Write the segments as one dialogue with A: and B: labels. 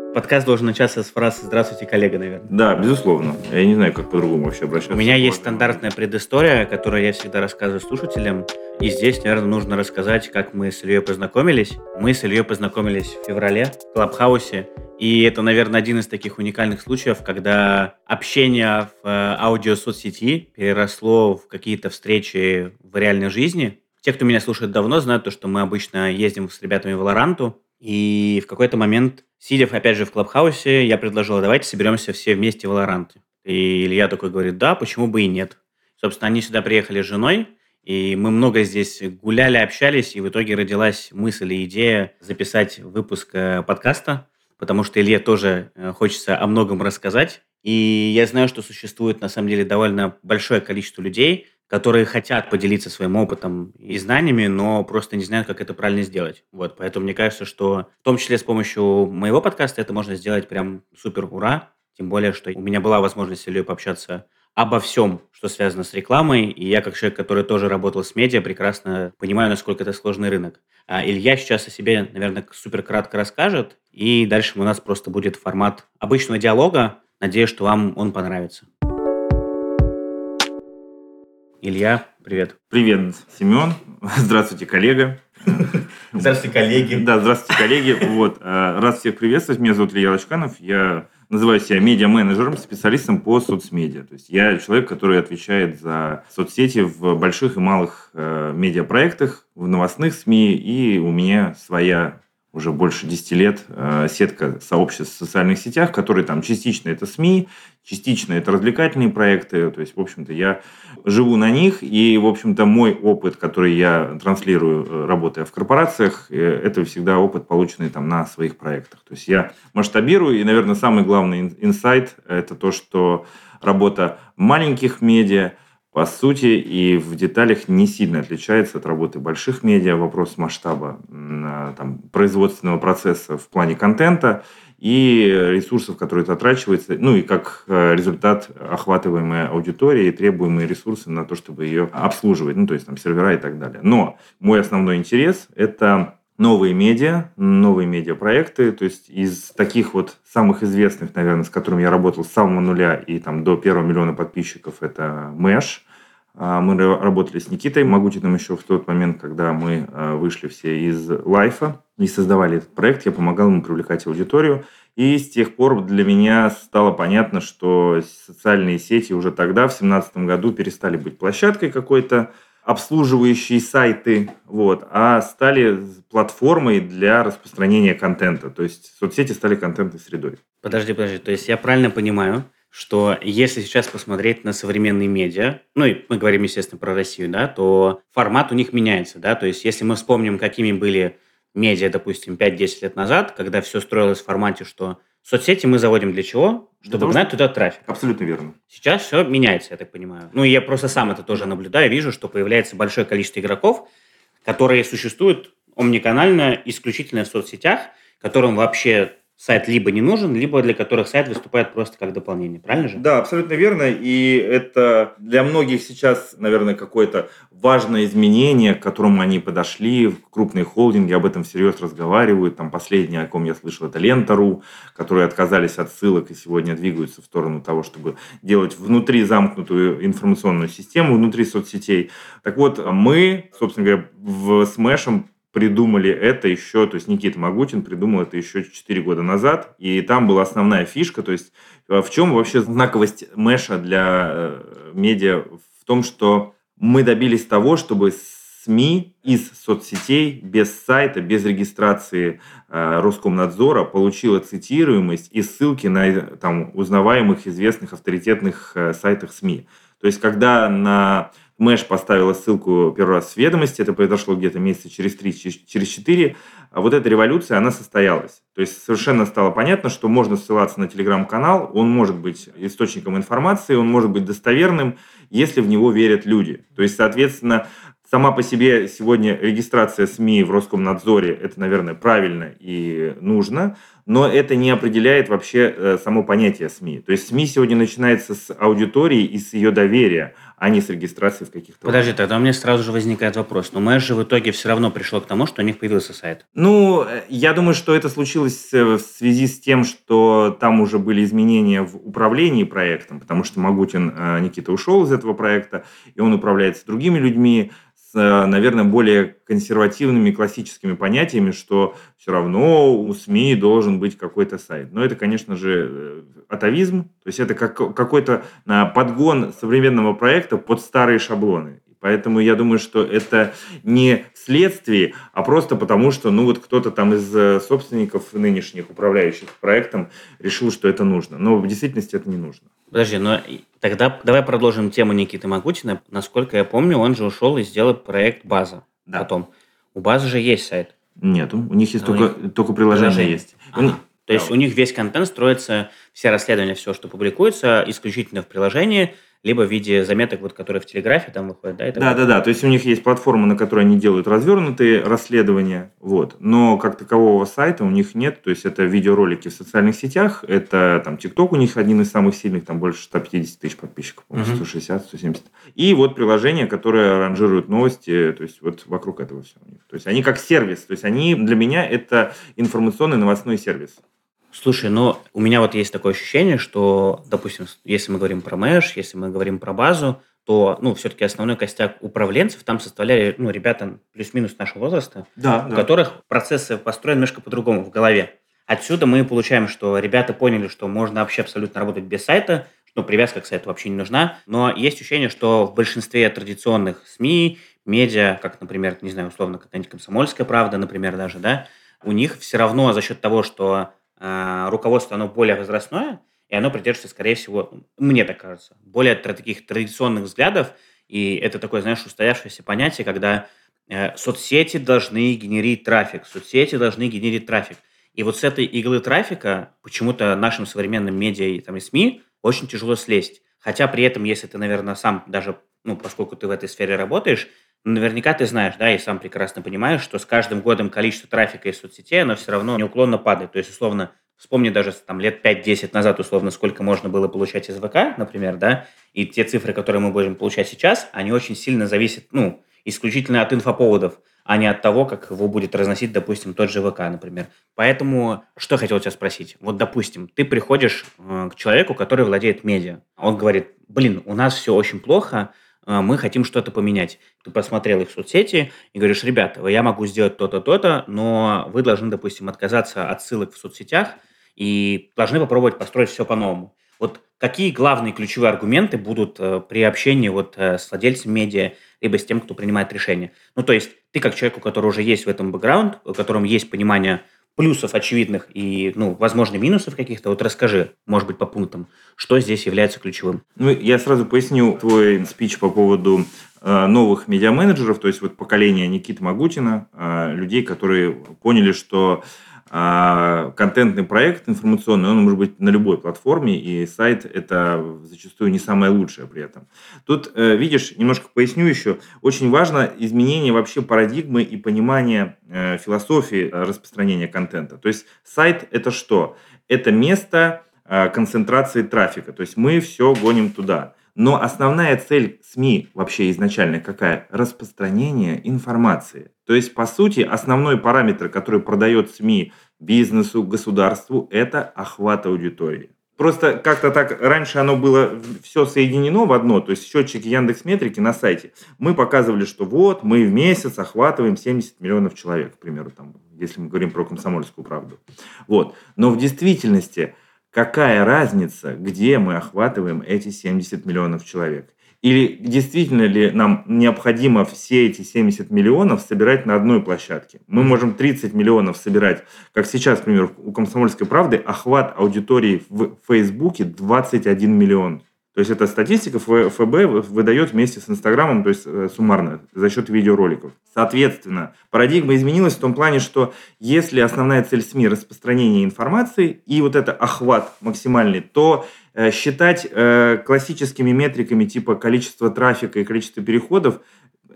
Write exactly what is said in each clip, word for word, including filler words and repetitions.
A: Подкаст должен начаться с фразы «Здравствуйте, коллега», наверное.
B: Да, безусловно. Я не знаю, как по-другому вообще обращаться.
A: У меня есть стандартная предыстория, которую я всегда рассказываю слушателям. И здесь, наверное, нужно рассказать, как мы с Ильей познакомились. Мы с Ильей познакомились в феврале в Клабхаусе. И это, наверное, один из таких уникальных случаев, когда общение в э, аудиосоцсети переросло в какие-то встречи в реальной жизни. Те, кто меня слушает давно, знают то, что мы обычно ездим с ребятами в Валоранту. И в какой-то момент, сидя, опять же, в Клабхаусе, я предложил, давайте соберемся все вместе в Валоранте. И Илья такой говорит, да, почему бы и нет. Собственно, они сюда приехали с женой, и мы много здесь гуляли, общались, и в итоге родилась мысль и идея записать выпуск э, подкаста, потому что Илье тоже э, хочется о многом рассказать. И я знаю, что существует, на самом деле, довольно большое количество людей, которые хотят поделиться своим опытом и знаниями, но просто не знают, как это правильно сделать. Вот, поэтому мне кажется, что в том числе с помощью моего подкаста это можно сделать прям супер ура. Тем более, что у меня была возможность с Ильей пообщаться обо всем, что связано с рекламой, и я, как человек, который тоже работал с медиа, прекрасно понимаю, насколько это сложный рынок. А Илья сейчас о себе, наверное, супер кратко расскажет, и дальше у нас просто будет формат обычного диалога. Надеюсь, что вам он понравится. Илья, привет.
B: Привет, Семен. Здравствуйте, коллега.
A: Здравствуйте, коллеги.
B: Да, здравствуйте, коллеги. Вот, рад всех приветствовать. Меня зовут Илья Лачканов. Я называю себя медиа-менеджером, специалистом по соцмедиа. То есть я человек, который отвечает за соцсети в больших и малых э, медиапроектах, в новостных СМИ, и у меня своя уже больше десяти лет э, сетка сообществ в социальных сетях, которые там частично это СМИ, частично это развлекательные проекты. То есть, в общем-то, я живу на них, и, в общем-то, мой опыт, который я транслирую, работая в корпорациях, э, это всегда опыт, полученный там на своих проектах. То есть я масштабирую, и, наверное, самый главный инсайт – это то, что работа маленьких медиа, по сути, и в деталях не сильно отличается от работы больших медиа. Вопрос масштаба там, производственного процесса в плане контента и ресурсов, которые затрачиваются, ну и как результат охватываемая аудитория и требуемые ресурсы на то, чтобы ее обслуживать, ну то есть там сервера и так далее. Но мой основной интерес – это новые медиа, новые медиапроекты, то есть из таких вот самых известных, наверное, с которыми я работал с самого нуля и там до первого миллиона подписчиков, это Мэш. Мы работали с Никитой Магутиным еще в тот момент, когда мы вышли все из Лайфа и создавали этот проект. Я помогал ему привлекать аудиторию. И с тех пор для меня стало понятно, что социальные сети уже тогда, в две тысячи семнадцатом году, перестали быть площадкой какой-то, обслуживающие сайты, вот, а стали платформой для распространения контента. То есть соцсети стали контентной средой.
A: Подожди, подожди. То есть я правильно понимаю, что если сейчас посмотреть на современные медиа, ну и мы говорим, естественно, про Россию, да, то формат у них меняется, да, то есть если мы вспомним, какими были медиа, допустим, пять-десять лет назад, когда все строилось в формате, что соцсети мы заводим для чего? Чтобы
B: того,
A: гнать
B: что...
A: туда трафик.
B: Абсолютно верно.
A: Сейчас все меняется, я так понимаю. Ну и я просто сам это тоже наблюдаю, вижу, что появляется большое количество игроков, которые существуют омниканально, исключительно в соцсетях, которым вообще сайт либо не нужен, либо для которых сайт выступает просто как дополнение. Правильно же?
B: Да, абсолютно верно. И это для многих сейчас, наверное, какое-то важное изменение, к которому они подошли. Крупные холдинги об этом всерьез разговаривают. Там последнее, о ком я слышал, это Лента.ру, которые отказались от ссылок и сегодня двигаются в сторону того, чтобы делать внутри замкнутую информационную систему, внутри соцсетей. Так вот, мы, собственно говоря, в, с Мэшем придумали это еще, то есть Никита Магутин придумал это еще четыре года назад, и там была основная фишка, то есть в чем вообще знаковость Мэша для медиа? В том, что мы добились того, чтобы СМИ из соцсетей без сайта, без регистрации э, Роскомнадзора получила цитируемость и ссылки на там, узнаваемых, известных, авторитетных э, сайтах СМИ. То есть когда на Мэш поставила ссылку первый раз в «Ведомости», это произошло где-то месяца через три, через четыре, а вот эта революция, она состоялась. То есть совершенно стало понятно, что можно ссылаться на телеграм-канал, он может быть источником информации, он может быть достоверным, если в него верят люди. То есть, соответственно, сама по себе сегодня регистрация СМИ в Роскомнадзоре – это, наверное, правильно и нужно, но это не определяет вообще э, само понятие СМИ. То есть СМИ сегодня начинается с аудитории и с ее доверия, а не с регистрации в каких-то...
A: Подожди, тогда у меня сразу же возникает вопрос. Но Мэш же в итоге все равно пришел к тому, что у них появился сайт.
B: Ну, э, я думаю, что это случилось э, в связи с тем, что там уже были изменения в управлении проектом, потому что Магутин э, Никита ушел из этого проекта, и он управляется другими людьми, с, э, наверное, более консервативными классическими понятиями, что все равно у СМИ должен быть какой-то сайт. Но это, конечно же, э, атовизм, то есть это как, какой-то э, подгон современного проекта под старые шаблоны. Поэтому я думаю, что это не вследствие, а просто потому, что ну вот кто-то там из э, собственников нынешних, управляющих проектом, решил, что это нужно. Но в действительности это не нужно.
A: Подожди, но тогда давай продолжим тему Никиты Магутина. Насколько я помню, он же ушел и сделал проект «База».
B: Да.
A: Потом. У «Базы» же есть сайт.
B: Нету. У них есть
A: А у
B: только,
A: них
B: только приложение,
A: приложение.
B: есть.
A: Ага.
B: У-
A: То есть
B: да.
A: у них весь контент строится, все расследования, все, что публикуется, исключительно в приложении, либо в виде заметок, вот, которые в Телеграфе там выходят, да? и так
B: Да,
A: далее.
B: да, да. То есть у них есть платформа, на которой они делают развернутые расследования, вот. Но как такового сайта у них нет. То есть это видеоролики в социальных сетях, это там ТикТок у них один из самых сильных, там больше сто пятьдесят тысяч подписчиков, по-моему,
A: Мгм.
B: сто шестьдесят, сто семьдесят. И вот приложение, которое ранжирует новости, то есть вот вокруг этого все у них. То есть они как сервис, то есть они для меня это информационный новостной сервис.
A: Слушай, ну, у меня вот есть такое ощущение, что, допустим, с- если мы говорим про Мэш, если мы говорим про базу, то, ну, все-таки основной костяк управленцев там составляли, ну, ребята плюс-минус нашего возраста,
B: Да,
A: у которых процессы построены немножко по-другому в голове. Отсюда мы получаем, что ребята поняли, что можно вообще абсолютно работать без сайта, что привязка к сайту вообще не нужна, но есть ощущение, что в большинстве традиционных СМИ, медиа, как, например, не знаю, условно, какая-нибудь «Комсомольская правда», например, даже, да, у них все равно за счет того, что э, руководство, оно более возрастное, и оно придерживается, скорее всего, мне так кажется, более тра- таких традиционных взглядов, и это такое, знаешь, устоявшееся понятие, когда э, соцсети должны генерить трафик, соцсети должны генерить трафик. И вот с этой иглы трафика почему-то нашим современным медиа и, там, и СМИ очень тяжело слезть. Хотя при этом, если ты, наверное, сам даже, ну, поскольку ты в этой сфере работаешь, наверняка ты знаешь, да, и сам прекрасно понимаешь, что с каждым годом количество трафика из соцсетей, оно все равно неуклонно падает. То есть, условно, вспомни даже там лет пять-десять назад, условно, сколько можно было получать из ВК, например, да, и те цифры, которые мы будем получать сейчас, они очень сильно зависят, ну, исключительно от инфоповодов, а не от того, как его будет разносить, допустим, тот же ВК, например. Поэтому, что я хотел тебя спросить. Вот, допустим, ты приходишь э, к человеку, который владеет медиа. Он говорит, блин, у нас все очень плохо, э, мы хотим что-то поменять. Ты посмотрел их соцсети и говоришь, ребята, я могу сделать то-то, то-то, но вы должны, допустим, отказаться от ссылок в соцсетях и должны попробовать построить все по-новому. Вот какие главные ключевые аргументы будут э, при общении вот, э, с владельцем медиа, либо с тем, кто принимает решение? Ну, то есть ты как человек, у которого уже есть в этом бэкграунд, у котором есть понимание плюсов очевидных и, ну, возможно, минусов каких-то, вот расскажи, может быть, по пунктам, что здесь является ключевым.
B: Ну, я сразу поясню твой спич по поводу э, новых медиаменеджеров, то есть вот поколения Никиты Магутина, э, людей, которые поняли, что э, контентный проект информационный, он может быть на любой платформе, и сайт – это зачастую не самое лучшее при этом. Тут, э, видишь, немножко поясню еще, очень важно изменение вообще парадигмы и понимания э, философии э, распространения контента. То есть сайт – это что? Это место концентрации трафика. То есть мы все гоним туда. Но основная цель СМИ вообще изначально какая? Распространение информации. То есть, по сути, основной параметр, который продает СМИ бизнесу, государству, это охват аудитории. Просто как-то так раньше оно было все соединено в одно, то есть счетчики Яндекс.Метрики на сайте. Мы показывали, что вот мы в месяц охватываем семьдесят миллионов человек, к примеру, там, если мы говорим про «Комсомольскую правду». Вот. Но в действительности какая разница, где мы охватываем эти семьдесят миллионов человек? Или действительно ли нам необходимо все эти семьдесят миллионов собирать на одной площадке? Мы можем тридцать миллионов собирать, как сейчас, например, у «Комсомольской правды» охват аудитории в Фейсбуке двадцать один миллион. То есть, эта статистика эф бэ выдает вместе с Инстаграмом, то есть суммарно, за счет видеороликов. Соответственно, парадигма изменилась в том плане, что если основная цель СМИ – распространение информации и вот это охват максимальный, то э, считать э, классическими метриками типа количество трафика и количество переходов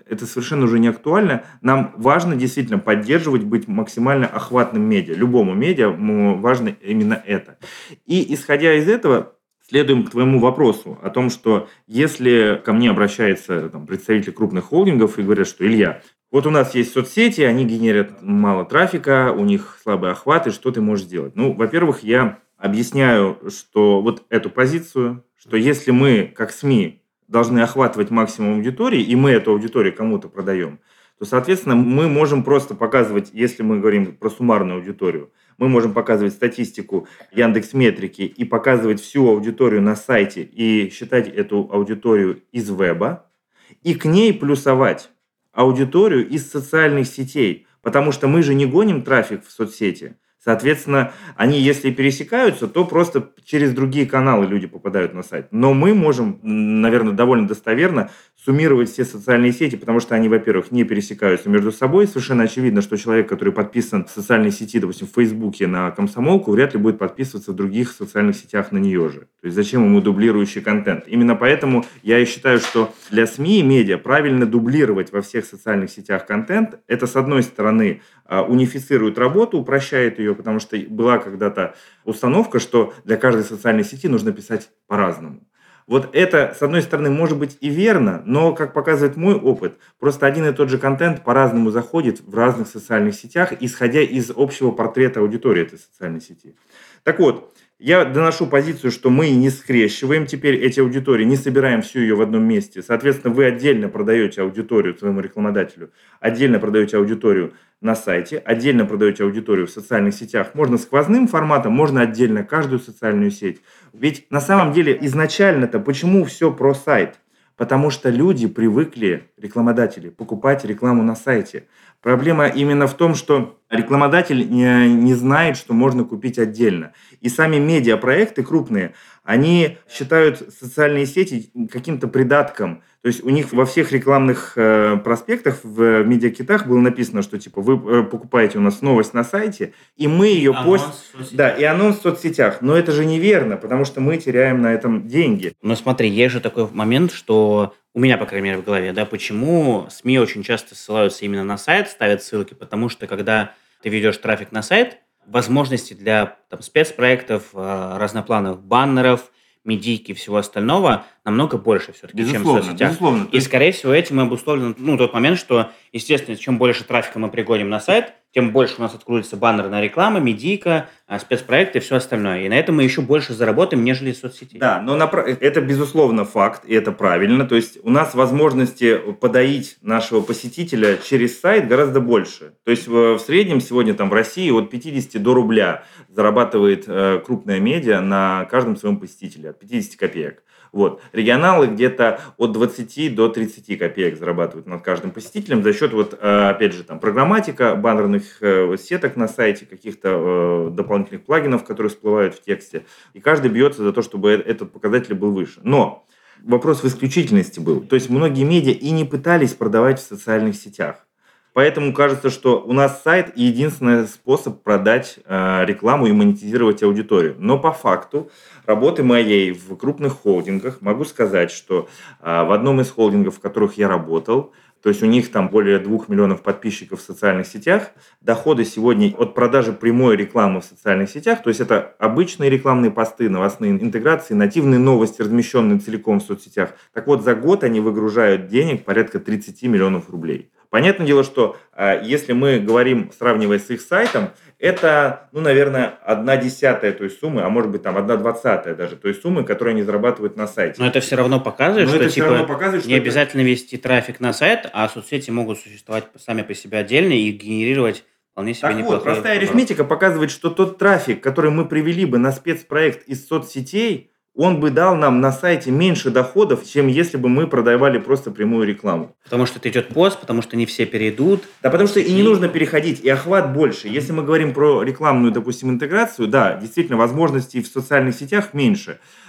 B: это совершенно уже не актуально. Нам важно действительно поддерживать, быть максимально охватным медиа. Любому медиа важно именно это. И исходя из этого, следуем к твоему вопросу о том, что если ко мне обращается там, представитель крупных холдингов и говорят, что Илья, вот у нас есть соцсети, они генерят мало трафика, у них слабый охват, и что ты можешь сделать? Ну, во-первых, я объясняю, что вот эту позицию, что если мы, как СМИ, должны охватывать максимум аудитории, и мы эту аудиторию кому-то продаем, то, соответственно, мы можем просто показывать, если мы говорим про суммарную аудиторию, мы можем показывать статистику Яндекс.Метрики и показывать всю аудиторию на сайте и считать эту аудиторию из веба, и к ней плюсовать аудиторию из социальных сетей, потому что мы же не гоним трафик в соцсети. Соответственно, они, если пересекаются, то просто через другие каналы люди попадают на сайт. Но мы можем, наверное, довольно достоверно суммировать все социальные сети, потому что они, во-первых, не пересекаются между собой. Совершенно очевидно, что человек, который подписан в социальной сети, допустим, в Фейсбуке на комсомолку, вряд ли будет подписываться в других социальных сетях на нее же. То есть зачем ему дублирующий контент? Именно поэтому я и считаю, что для СМИ и медиа правильно дублировать во всех социальных сетях контент. Это, с одной стороны, унифицирует работу, упрощает ее, потому что была когда-то установка, что для каждой социальной сети нужно писать по-разному. Вот это, с одной стороны, может быть и верно, но, как показывает мой опыт, просто один и тот же контент по-разному заходит в разных социальных сетях, исходя из общего портрета аудитории этой социальной сети. Так вот, я доношу позицию, что мы не скрещиваем теперь эти аудитории, не собираем всю ее в одном месте. Соответственно, вы отдельно продаете аудиторию своему рекламодателю, отдельно продаете аудиторию на сайте, отдельно продаете аудиторию в социальных сетях. Можно сквозным форматом, можно отдельно каждую социальную сеть. Ведь на самом деле изначально-то почему все про сайт? Потому что люди привыкли, рекламодатели, покупать рекламу на сайте. Проблема именно в том, что рекламодатель не, не знает, что можно купить отдельно. И сами медиапроекты крупные, они считают социальные сети каким-то придатком. То есть у них во всех рекламных э, проспектах в медиакитах было написано, что типа вы э, покупаете у нас новость на сайте, и мы ее постим. Да, и анонс в соцсетях. Но это же неверно, потому что мы теряем на этом деньги.
A: Но смотри, есть же такой момент, что у меня, по крайней мере, в голове, да, почему СМИ очень часто ссылаются именно на сайт, ставят ссылки, потому что когда ты ведешь трафик на сайт, возможности для там, спецпроектов, разноплановых баннеров, медийки и всего остального намного больше все-таки, чем в соцсетях.
B: Безусловно.
A: И, скорее всего, этим и обусловлен ну, тот момент, что, естественно, чем больше трафика мы пригоним на сайт, тем больше у нас откроется баннерная реклама, медийка, спецпроекты и все остальное. И на этом мы еще больше заработаем, нежели из соцсетей.
B: Да, но на, это, безусловно, факт, и это правильно. То есть у нас возможности подоить нашего посетителя через сайт гораздо больше. То есть в среднем сегодня там в России от пятидесяти до рубля зарабатывает э, крупная медиа на каждом своем посетителе, от пятидесяти копеек. Вот. Регионалы где-то от двадцати до тридцати копеек зарабатывают над каждым посетителем за счет, вот, опять же, там, программатика, баннерных сеток на сайте, каких-то дополнительных плагинов, которые всплывают в тексте. И каждый бьется за то, чтобы этот показатель был выше. Но вопрос в исключительности был. То есть многие медиа и не пытались продавать в социальных сетях. Поэтому кажется, что у нас сайт – единственный способ продать э, рекламу и монетизировать аудиторию. Но по факту работы моей в крупных холдингах могу сказать, что э, в одном из холдингов, в которых я работал, то есть у них там более двух миллионов подписчиков в социальных сетях, доходы сегодня от продажи прямой рекламы в социальных сетях, то есть это обычные рекламные посты, новостные интеграции, нативные новости, размещенные целиком в соцсетях. Так вот, за год они выгружают денег порядка тридцати миллионов рублей. Понятное дело, что э, если мы говорим, сравнивая с их сайтом, это, ну, наверное, одна десятая той суммы, а может быть, там, одна двадцатая даже той суммы, которую они зарабатывают на сайте.
A: Но это все равно показывает,
B: Но
A: что,
B: типа,
A: показывает, не это... обязательно вести трафик на сайт, а соцсети могут существовать сами по себе отдельно и генерировать вполне себе
B: так
A: неплохой...
B: вот, простая арифметика показывает, что тот трафик, который мы привели бы на спецпроект из соцсетей, он бы дал нам на сайте меньше доходов, чем если бы мы продавали просто прямую рекламу.
A: Потому что это идет пост, потому что не все перейдут.
B: Да, потому что и не нужно переходить, и охват больше. Если мы говорим про рекламную, допустим, интеграцию, да, действительно, возможностей в социальных сетях меньше.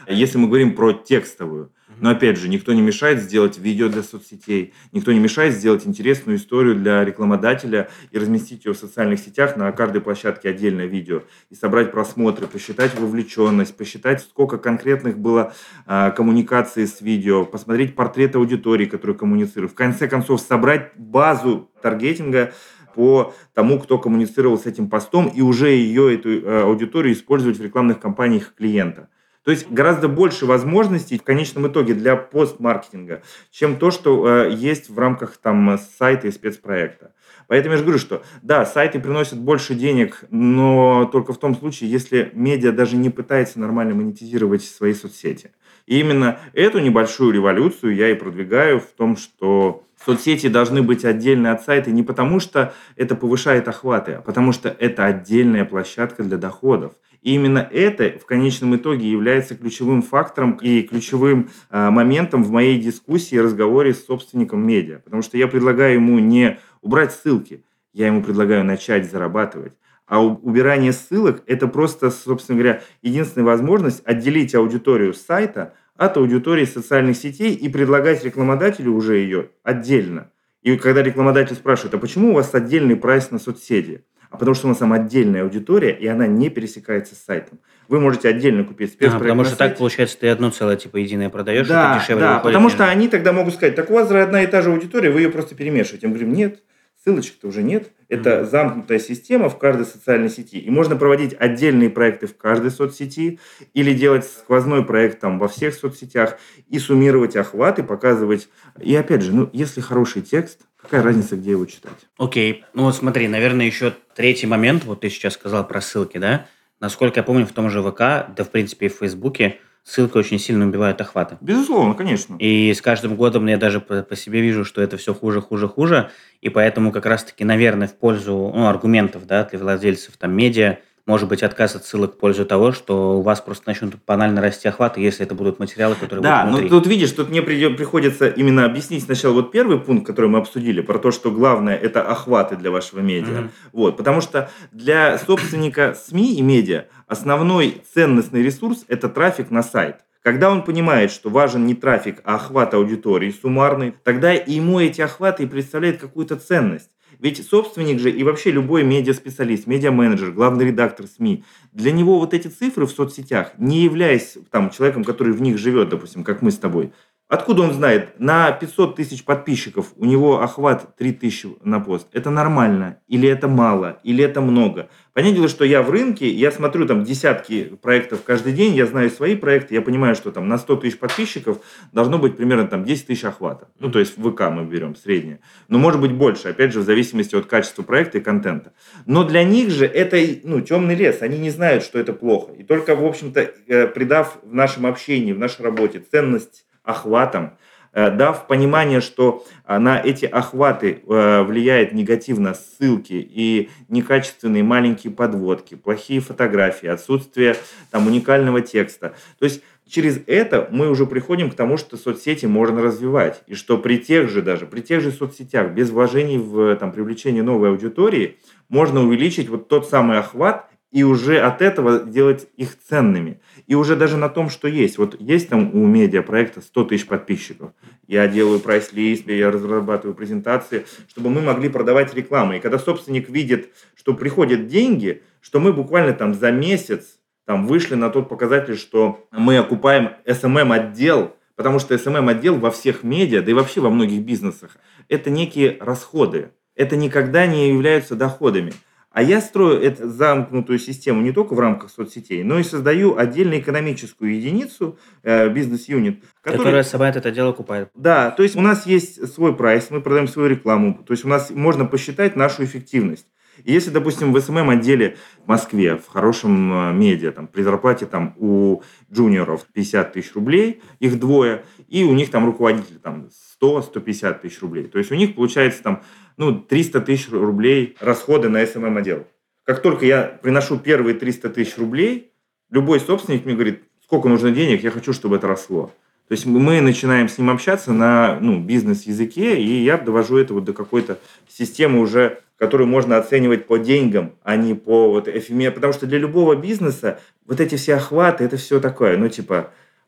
B: Если мы говорим про текстовую, но опять же, никто не мешает сделать видео для соцсетей, никто не мешает сделать интересную историю для рекламодателя и разместить ее в социальных сетях, на каждой площадке отдельное видео, и собрать просмотры, посчитать вовлеченность, посчитать, сколько конкретных было а, коммуникаций с видео, посмотреть портрет аудитории, которую коммуницирует. В конце концов, собрать базу таргетинга по тому, кто коммуницировал с этим постом, и уже ее, эту э, аудиторию, использовать в рекламных кампаниях клиента. То есть гораздо больше возможностей в конечном итоге для постмаркетинга, чем то, что э, есть в рамках там, сайта и спецпроекта. Поэтому я же говорю, что да, сайты приносят больше денег, но только в том случае, если медиа даже не пытается нормально монетизировать свои соцсети. И именно эту небольшую революцию я и продвигаю в том, что соцсети должны быть отдельно от сайта не потому, что это повышает охваты, а потому что это отдельная площадка для доходов. И именно это в конечном итоге является ключевым фактором и ключевым э, моментом в моей дискуссии и разговоре с собственником медиа. Потому что я предлагаю ему не убрать ссылки, я ему предлагаю начать зарабатывать. А убирание ссылок – это просто, собственно говоря, единственная возможность отделить аудиторию с сайта от аудитории социальных сетей и предлагать рекламодателю уже ее отдельно. И когда рекламодатель спрашивает, а почему у вас отдельный прайс на соцсети? А потому что у нас там отдельная аудитория, и она не пересекается с сайтом. Вы можете отдельно купить спецпроект.
A: А, потому
B: на
A: что
B: сайте.
A: Так получается, ты одно целое типа единое продаешь,
B: Да,
A: это дешевле
B: да,
A: выходит.
B: потому что
A: между-
B: они тогда могут сказать, так у вас же одна и та же аудитория, вы ее просто перемешиваете. Я говорю, нет, ссылочек-то уже нет. Это
A: Мгм.
B: замкнутая система в каждой социальной сети. И можно проводить отдельные проекты в каждой соцсети или делать сквозной проект там во всех соцсетях и суммировать охваты, показывать. И опять же, ну, если хороший текст, какая разница, где его читать?
A: Окей. Ну вот смотри, наверное, еще третий момент, вот ты сейчас сказал про ссылки, да? Насколько я помню, в том же ВК, да в принципе и в Фейсбуке, ссылки очень сильно убивают охваты.
B: Безусловно, конечно.
A: И с каждым годом я даже по, по себе вижу, что это все хуже, хуже, хуже. И поэтому как раз-таки, наверное, в пользу ну, аргументов да, для владельцев там, медиа, может быть, отказ от ссылок в пользу того, что у вас просто начнут банально расти охваты, если это будут материалы, которые
B: Да,
A: будут
B: но
A: внутри.
B: тут видишь, тут мне придё- приходится именно объяснить сначала вот первый пункт, который мы обсудили, про то, что главное – это охваты для вашего медиа.
A: Мгм.
B: Вот, потому что для собственника СМИ и медиа основной ценностный ресурс – это трафик на сайт. Когда он понимает, что важен не трафик, а охват аудитории суммарный, тогда и ему эти охваты и представляют какую-то ценность. Ведь собственник же и вообще любой медиаспециалист, медиаменеджер, главный редактор СМИ, для него вот эти цифры в соцсетях, не являясь там, человеком, который в них живет, допустим, как мы с тобой, откуда он знает, на пятьсот тысяч подписчиков у него охват три тысячи на пост. Это нормально? Или это мало? Или это много? Понятное дело, что я в рынке, я смотрю там десятки проектов каждый день, я знаю свои проекты, я понимаю, что там на сто тысяч подписчиков должно быть примерно там десять тысяч охвата. Ну, то есть в ВК мы берем среднее. Но может быть больше, опять же, в зависимости от качества проекта и контента. Но для них же это ну, темный лес, они не знают, что это плохо. И только, в общем-то, э, придав в нашем общении, в нашей работе ценность охватам, э, дав понимание, что э, на эти охваты э, влияет негативно ссылки и некачественные маленькие подводки, плохие фотографии, отсутствие там, уникального текста. То есть через это мы уже приходим к тому, что соцсети можно развивать. И что при тех же даже, при тех же соцсетях, без вложений в там, привлечение новой аудитории, можно увеличить вот тот самый охват и уже от этого делать их ценными. И уже даже на том, что есть. Вот есть там у медиапроекта сто тысяч подписчиков. Я делаю прайс-лист, я разрабатываю презентации, чтобы мы могли продавать рекламу. И когда собственник видит, что приходят деньги, что мы буквально там за месяц там, вышли на тот показатель, что мы окупаем эс эм эм-отдел, потому что эс эм эм-отдел во всех медиа, да и вообще во многих бизнесах, это некие расходы. Это никогда не являются доходами. А я строю эту замкнутую систему не только в рамках соцсетей, но и создаю отдельную экономическую единицу, э, бизнес-юнит, который...
A: Которая сама это дело купает.
B: Да, то есть у нас есть свой прайс, мы продаем свою рекламу, то есть у нас можно посчитать нашу эффективность. И если, допустим, в эс эм эм-отделе в Москве, в хорошем э, медиа, там, при зарплате там, у джуниоров пятьдесят тысяч рублей, их двое, и у них там руководитель там, сто - сто пятьдесят тысяч рублей. То есть у них получается там, ну, триста тысяч рублей расходы на эс эм эм-отдел. Как только я приношу первые триста тысяч рублей, любой собственник мне говорит, сколько нужно денег, я хочу, чтобы это росло. То есть мы начинаем с ним общаться на ну, бизнес-языке, и я довожу это вот до какой-то системы уже, которую можно оценивать по деньгам, а не по вот эфемеру. Потому что для любого бизнеса вот эти все охваты, это все такое, ну типа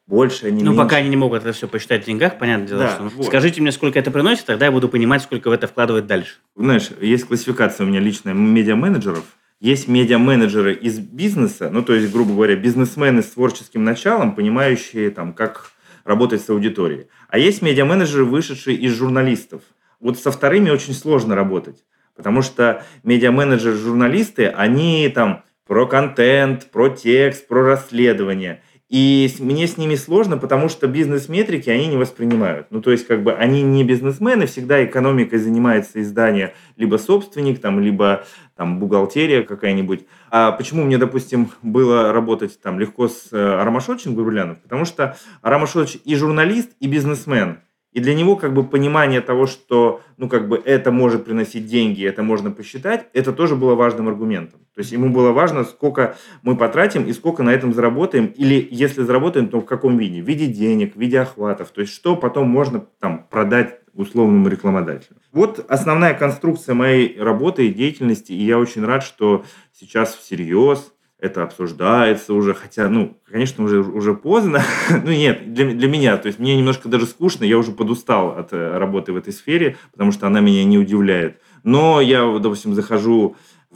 B: больше, они
A: Ну,
B: меньше.
A: пока они не могут это все посчитать в деньгах, понятное дело,
B: Да,
A: что...
B: вот.
A: Скажите мне, сколько это приносит, тогда я буду понимать, сколько в это вкладывать дальше.
B: Знаешь, есть классификация у меня личная медиа-менеджеров. Есть медиа-менеджеры из бизнеса, ну, то есть, грубо говоря, бизнесмены с творческим началом, понимающие, там, как работать с аудиторией. А есть медиа-менеджеры, вышедшие из журналистов. Вот со вторыми очень сложно работать, потому что медиа-менеджеры, журналисты, они там про контент, про текст, про расследование. И с- мне с ними сложно, потому что бизнес-метрики они не воспринимают. Ну, то есть, как бы они не бизнесмены, всегда экономикой занимается издание либо собственник, там, либо там бухгалтерия какая-нибудь. А почему мне, допустим, было работать там легко с э, Арам Ашотовичем Габрилянов? Потому что Арам Ашотович и журналист, и бизнесмен. И для него как бы понимание того, что ну, как бы это может приносить деньги, это можно посчитать, это тоже было важным аргументом. То есть ему было важно, сколько мы потратим и сколько на этом заработаем, или если заработаем, то в каком виде? В виде денег, в виде охватов, то есть что потом можно там продать условному рекламодателю. Вот основная конструкция моей работы и деятельности, и я очень рад, что сейчас всерьез это обсуждается уже, хотя, ну, конечно, уже, уже поздно. Ну, нет, для, для меня, то есть мне немножко даже скучно, я уже подустал от э, работы в этой сфере, потому что она меня не удивляет. Но я, вот, допустим, захожу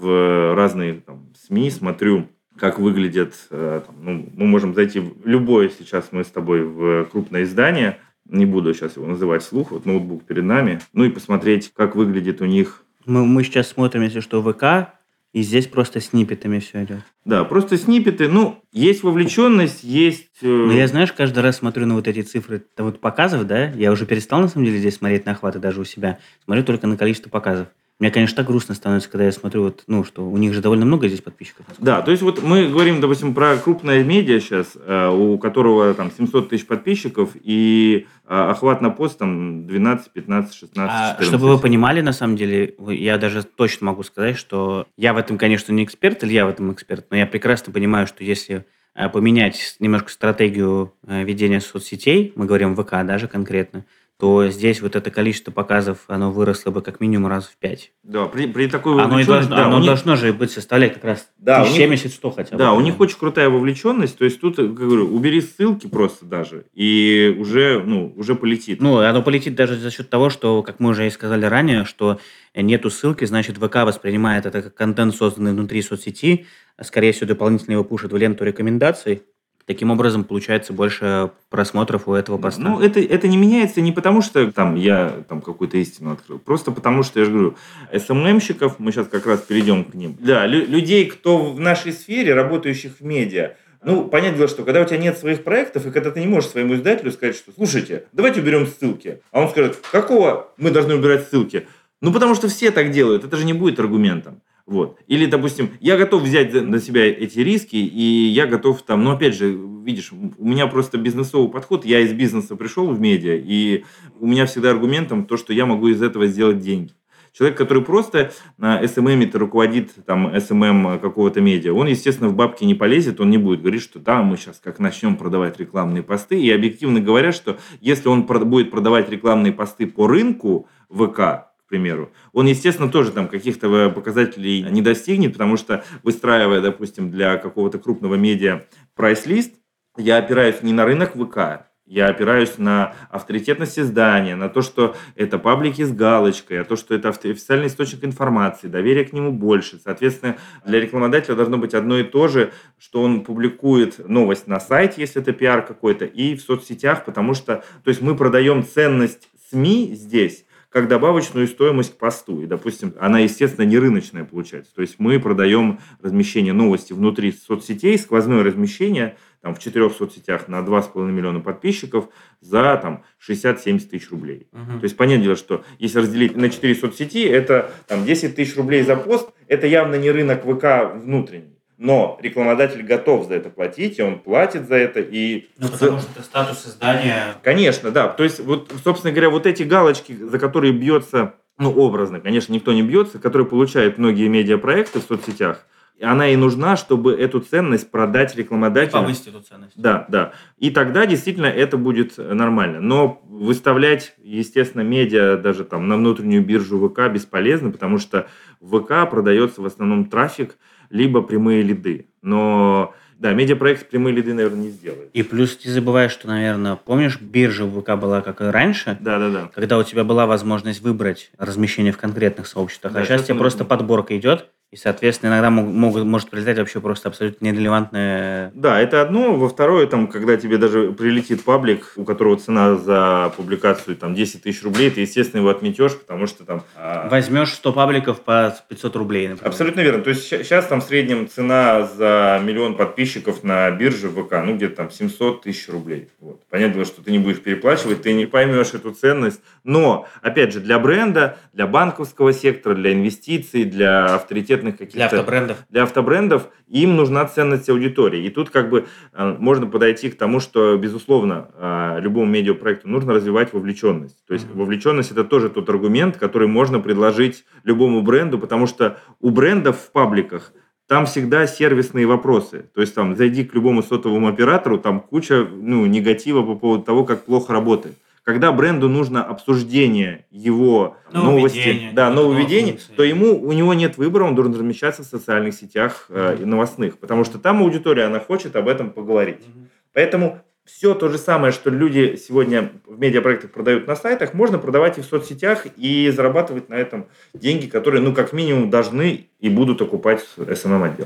B: в разные там, СМИ, смотрю, как выглядят, э, там, ну, мы можем зайти в любое сейчас мы с тобой в крупное издание, не буду сейчас его называть вслух, вот ноутбук перед нами, ну и посмотреть, как выглядит у них.
A: Мы, мы сейчас смотрим, если что, ВК, и здесь просто сниппетами все идет.
B: Да, просто сниппеты, ну, есть вовлеченность, есть... э,
A: Но я, знаешь, каждый раз смотрю на вот эти цифры там вот показов, да, я уже перестал, на самом деле, здесь смотреть на охваты даже у себя, смотрю только на количество показов. Мне, конечно, так грустно становится, когда я смотрю, вот, ну, что у них же довольно много здесь подписчиков.
B: Да, то есть вот мы говорим, допустим, про крупное медиа сейчас, э, у которого там семьсот тысяч подписчиков и э, охват на пост там двенадцать, пятнадцать, шестнадцать,
A: А,
B: четырнадцать.
A: чтобы вы понимали, на самом деле, вы- я даже точно могу сказать, что я в этом, конечно, не эксперт, или я в этом эксперт, но я прекрасно понимаю, что если э, поменять немножко стратегию э, ведения соцсетей, мы говорим ВК даже конкретно, то здесь вот это количество показов, оно выросло бы как минимум раз в пять.
B: Да, при, при такой
A: Оно, и
B: вовлеченности...
A: должно,
B: да,
A: оно
B: у них-
A: должно же быть составлять как раз
B: Да, у
A: тысяч
B: них-
A: семьдесят сто хотя бы.
B: Да, у
A: примерно.
B: них очень крутая вовлеченность, то есть тут, как говорю, убери ссылки просто даже, и уже, ну, уже полетит.
A: Ну, оно полетит даже за счет того, что, как мы уже и сказали ранее, что нету ссылки, значит, ВК воспринимает это как контент, созданный внутри соцсети, скорее всего, дополнительно его пушит в ленту рекомендаций. Таким образом, получается больше просмотров у этого поста.
B: Ну, это, это не меняется не потому, что там я там какую-то истину открыл, просто потому, что, я же говорю, эс эм эм-щиков, мы сейчас как раз перейдем к ним. Да, лю- людей, кто в нашей сфере, работающих в медиа, ну, понятное дело, что когда у тебя нет своих проектов, и когда ты не можешь своему издателю сказать, что, слушайте, давайте уберем ссылки. А он скажет, какого мы должны убирать ссылки? Ну, потому что все так делают, это же не будет аргументом. Вот. Или, допустим, я готов взять на себя эти риски, и я готов там, ну, опять же, видишь, у меня просто бизнесовый подход, я из бизнеса пришел в медиа, и у меня всегда аргументом то, что я могу из этого сделать деньги. Человек, который просто на эс эм эм руководит там эс эм эм какого-то медиа, он, естественно, в бабки не полезет, он не будет говорить, что да, мы сейчас как начнем продавать рекламные посты. И объективно говоря, что если он прод- будет продавать рекламные посты по рынку ВК, к примеру, он, естественно, тоже там каких-то показателей не достигнет, потому что выстраивая, допустим, для какого-то крупного медиа прайс-лист, я опираюсь не на рынок ВК, я опираюсь на авторитетность издания, на то, что это паблики с галочкой, а то, что это авто- официальный источник информации, доверие к нему больше. Соответственно, для рекламодателя должно быть одно и то же, что он публикует новость на сайте, если это пиар какой-то, и в соцсетях, потому что, то есть мы продаем ценность СМИ здесь, как добавочную стоимость к посту. И, допустим, она, естественно, не рыночная получается. То есть мы продаем размещение новости внутри соцсетей, сквозное размещение там, в четырех соцсетях на два с половиной миллиона подписчиков за там, шестьдесят-семьдесят тысяч рублей.
A: Мгм.
B: То есть, понятное дело, что если разделить на четыре соцсети, это там, десять тысяч рублей за пост, это явно не рынок ВК внутренний. Но рекламодатель готов за это платить, и он платит за это. И
A: Ну, потому что это статус издания.
B: Конечно, да. То есть, вот, собственно говоря, вот эти галочки, за которые бьется, ну, образно, конечно, никто не бьется, которые получают многие медиапроекты в соцсетях, и она и нужна, чтобы эту ценность продать рекламодателю.
A: Повысить эту ценность.
B: Да, да. И тогда действительно это будет нормально. Но выставлять, естественно, медиа даже там на внутреннюю биржу ВК бесполезно, потому что в ВК продается в основном трафик, либо прямые лиды. Но Да, медиапроект прямые лиды, наверное, не сделает.
A: И плюс ты забываешь, что, наверное, помнишь, биржа в ВК была как и раньше,
B: Да, да, да.
A: когда у тебя была возможность выбрать размещение в конкретных сообществах,
B: Да,
A: а сейчас
B: сейчас
A: тебе
B: оно-
A: просто подборка идет, и, соответственно, иногда мог- могут, может прилетать вообще просто абсолютно нерелевантное.
B: Да, это одно. Во второе, там, когда тебе даже прилетит паблик, у которого цена за публикацию там, десять тысяч рублей, ты, естественно, его отметешь, потому что там... а,
A: Возьмешь сто пабликов по пятьсот рублей, например.
B: Абсолютно верно. То есть сейчас там в среднем цена за миллион подписчиков на бирже ВК, ну где-то там семьсот тысяч рублей. Вот. Понятно, что ты не будешь переплачивать, ты не поймешь эту ценность. Но, опять же, для бренда, для банковского сектора, для инвестиций, для авторитетных каких-то...
A: Для автобрендов.
B: Для автобрендов им нужна ценность аудитории. И тут как бы э, можно подойти к тому, что, безусловно, э, любому медиапроекту нужно развивать вовлеченность. То есть
A: Мгм.
B: вовлеченность – это тоже тот аргумент, который можно предложить любому бренду, потому что у брендов в пабликах там всегда сервисные вопросы. То есть там зайди к любому сотовому оператору, там куча ну, негатива по поводу того, как плохо работает. Когда бренду нужно обсуждение его новости,
A: Нововведения,
B: да,
A: какой-то
B: нововведений,
A: новой функции.
B: то ему, у него нет выбора, он должен размещаться в социальных сетях э, и новостных, потому что там аудитория, она хочет об этом поговорить.
A: Мгм.
B: Поэтому все то же самое, что люди сегодня в медиапроектах продают на сайтах, можно продавать и в соцсетях и зарабатывать на этом деньги, которые, ну, как минимум, должны и будут окупать эс эм эм-отдел.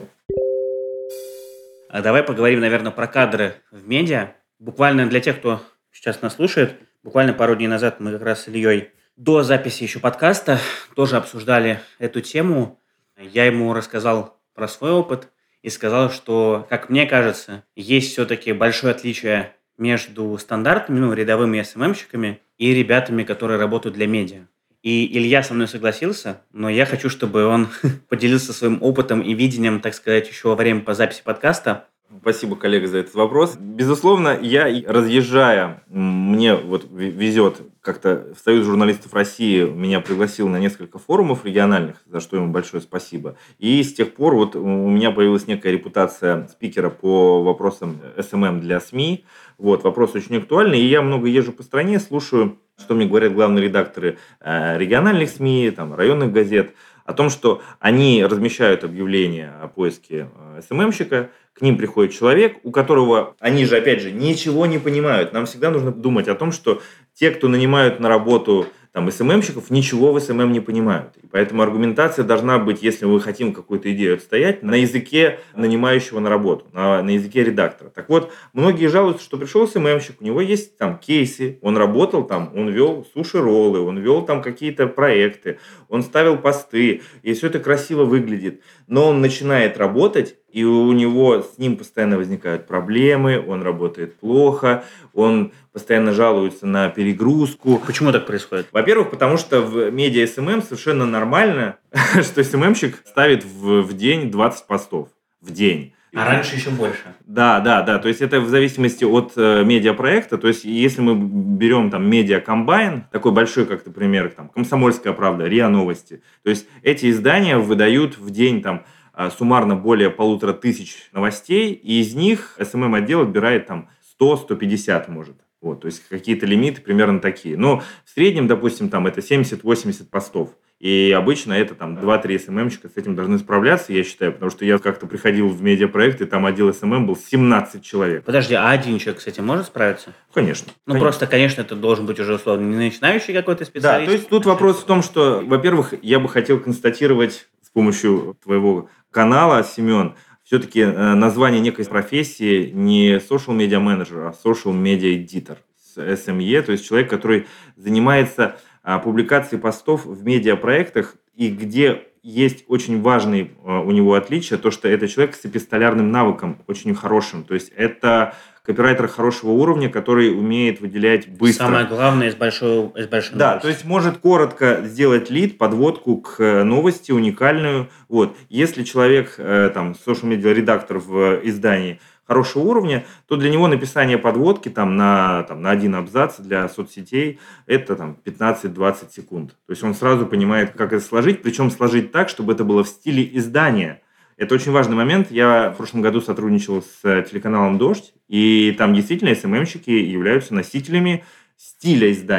A: А давай поговорим, наверное, про кадры в медиа. Буквально для тех, кто сейчас нас слушает, буквально пару дней назад мы как раз с Ильей до записи еще подкаста тоже обсуждали эту тему. Я ему рассказал про свой опыт и сказал, что, как мне кажется, есть все-таки большое отличие между стандартными, ну, рядовыми эс эм эм-щиками и ребятами, которые работают для медиа. И Илья со мной согласился, но я хочу, чтобы он поделился своим опытом и видением, так сказать, еще во время по записи подкаста.
B: Спасибо, коллега, за этот вопрос. Безусловно, я, разъезжая, мне вот везет как-то в Союз журналистов России, меня пригласил на несколько форумов региональных, за что ему большое спасибо. И с тех пор вот у меня появилась некая репутация спикера по вопросам эс эм эм для СМИ. Вот, вопрос очень актуальный, и я много езжу по стране, слушаю, что мне говорят главные редакторы э, региональных СМИ, там, районных газет, о том, что они размещают объявления о поиске эс эм эм-щика, к ним приходит человек, у которого они же, опять же, ничего не понимают. Нам всегда нужно думать о том, что те, кто нанимают на работу там, эс эм эм-щиков, ничего в эс эм эм не понимают. И поэтому аргументация должна быть, если мы хотим какую-то идею отстоять, на языке нанимающего на работу, на, на языке редактора. Так вот, многие жалуются, что пришел эс эм эм-щик, у него есть там кейсы, он работал там, он вел суши-роллы, он вел там какие-то проекты, он ставил посты, и все это красиво выглядит. Но он начинает работать, и у него с ним постоянно возникают проблемы, он работает плохо, он постоянно жалуется на перегрузку.
A: Почему так происходит?
B: Во-первых, потому что в медиа эс эм эм совершенно нормально, что эс эм эм-щик ставит в, в день двадцать постов. В день.
A: А раньше еще больше.
B: Да, да, да. То есть это в зависимости от э, медиапроекта. То есть если мы берем там медиа-комбайн, такой большой, как, например, там, «Комсомольская правда», РИА Новости, то есть эти издания выдают в день там суммарно более полутора тысяч новостей, и из них эс эм эм-отдел отбирает там сто - сто пятьдесят, может. Вот, то есть какие-то лимиты примерно такие. Но в среднем, допустим, там это семьдесят - восемьдесят постов. И обычно это там два-три эс эм эм-щика с этим должны справляться, я считаю, потому что я как-то приходил в медиапроект, и там отдел эс эм эм был семнадцать человек.
A: Подожди, а один человек с этим может справиться?
B: Конечно.
A: Ну,
B: конечно.
A: просто, конечно, это должен быть уже, условно, не начинающий какой-то
B: Да,
A: специалист.
B: то есть тут вопрос в том, что, во-первых, я бы хотел констатировать с помощью твоего канала, Семен, все-таки э, название некой профессии не social media manager, а social media editor, эс эм и, то есть человек, который занимается э, публикацией постов в медиапроектах, и где есть очень важный э, у него отличие, то, что это человек с эпистолярным навыком, очень хорошим, то есть это копирайтер хорошего уровня, который умеет выделять быстро.
A: Самое главное из большой, из большой
B: Да,
A: новости.
B: то есть может коротко сделать лид, подводку к новости уникальную. Вот. Если человек, э, там, social-media редактор в издании хорошего уровня, то для него написание подводки там, на, там, на один абзац для соцсетей это там, пятнадцать-двадцать секунд. То есть он сразу понимает, как это сложить, причем сложить так, чтобы это было в стиле издания. Это очень важный момент. Я в прошлом году сотрудничал с телеканалом «Дождь», и там действительно эс эм эм-щики являются носителями стиля издания.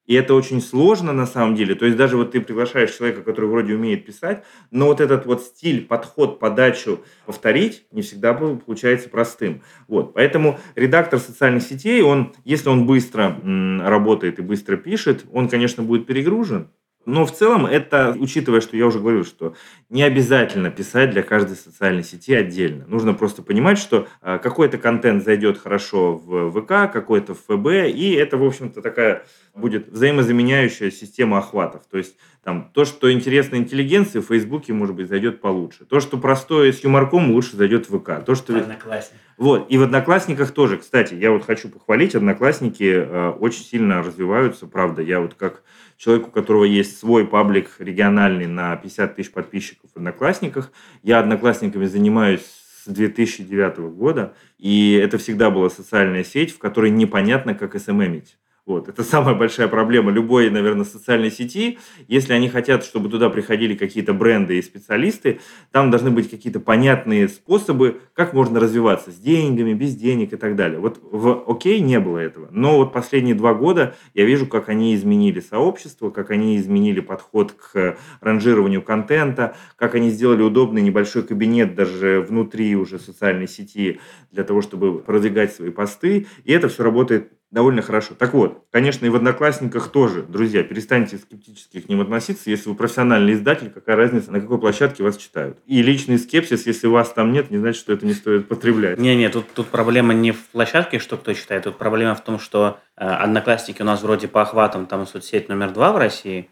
B: И это очень сложно на самом деле. То есть даже вот ты приглашаешь человека, который вроде умеет писать, но вот этот вот стиль, подход, подачу повторить не всегда получается простым. Вот. Поэтому редактор социальных сетей, он, если он быстро м, работает и быстро пишет, он, конечно, будет перегружен. Но в целом это, учитывая, что я уже говорил, что не обязательно писать для каждой социальной сети отдельно. Нужно просто понимать, что э, какой-то контент зайдет хорошо в ВК, какой-то в ФБ, и это, в общем-то, такая будет взаимозаменяющая система охватов. То есть там то, что интересно интеллигенции, в Фейсбуке, может быть, зайдет получше. То, что простое с юморком, лучше зайдет в ВК. То, что...
A: Одноклассник.
B: Вот. И в Одноклассниках тоже. Кстати, я вот хочу похвалить, Одноклассники э, очень сильно развиваются, правда. Я вот как человек, у которого есть свой паблик региональный на пятьдесят тысяч подписчиков в Одноклассниках, я Одноклассниками занимаюсь с две тысячи девятого года, и это всегда была социальная сеть, в которой непонятно, как эс эм эмить. Вот. Это самая большая проблема любой, наверное, социальной сети. Если они хотят, чтобы туда приходили какие-то бренды и специалисты, там должны быть какие-то понятные способы, как можно развиваться с деньгами, без денег и так далее. Вот в Окей не было этого. Но вот последние два года я вижу, как они изменили сообщество, как они изменили подход к ранжированию контента, как они сделали удобный небольшой кабинет даже внутри уже социальной сети для того, чтобы продвигать свои посты. И это все работает довольно хорошо. Так вот, конечно, и в Одноклассниках тоже, друзья, перестаньте скептически к ним относиться. Если вы профессиональный издатель, какая разница, на какой площадке вас читают. И личный скепсис, если вас там нет, не значит, что это не стоит потреблять.
A: Не-не, тут, тут проблема не в площадке, что кто читает. Тут проблема в том, что э, Одноклассники у нас вроде по охватам там соцсеть номер два в России,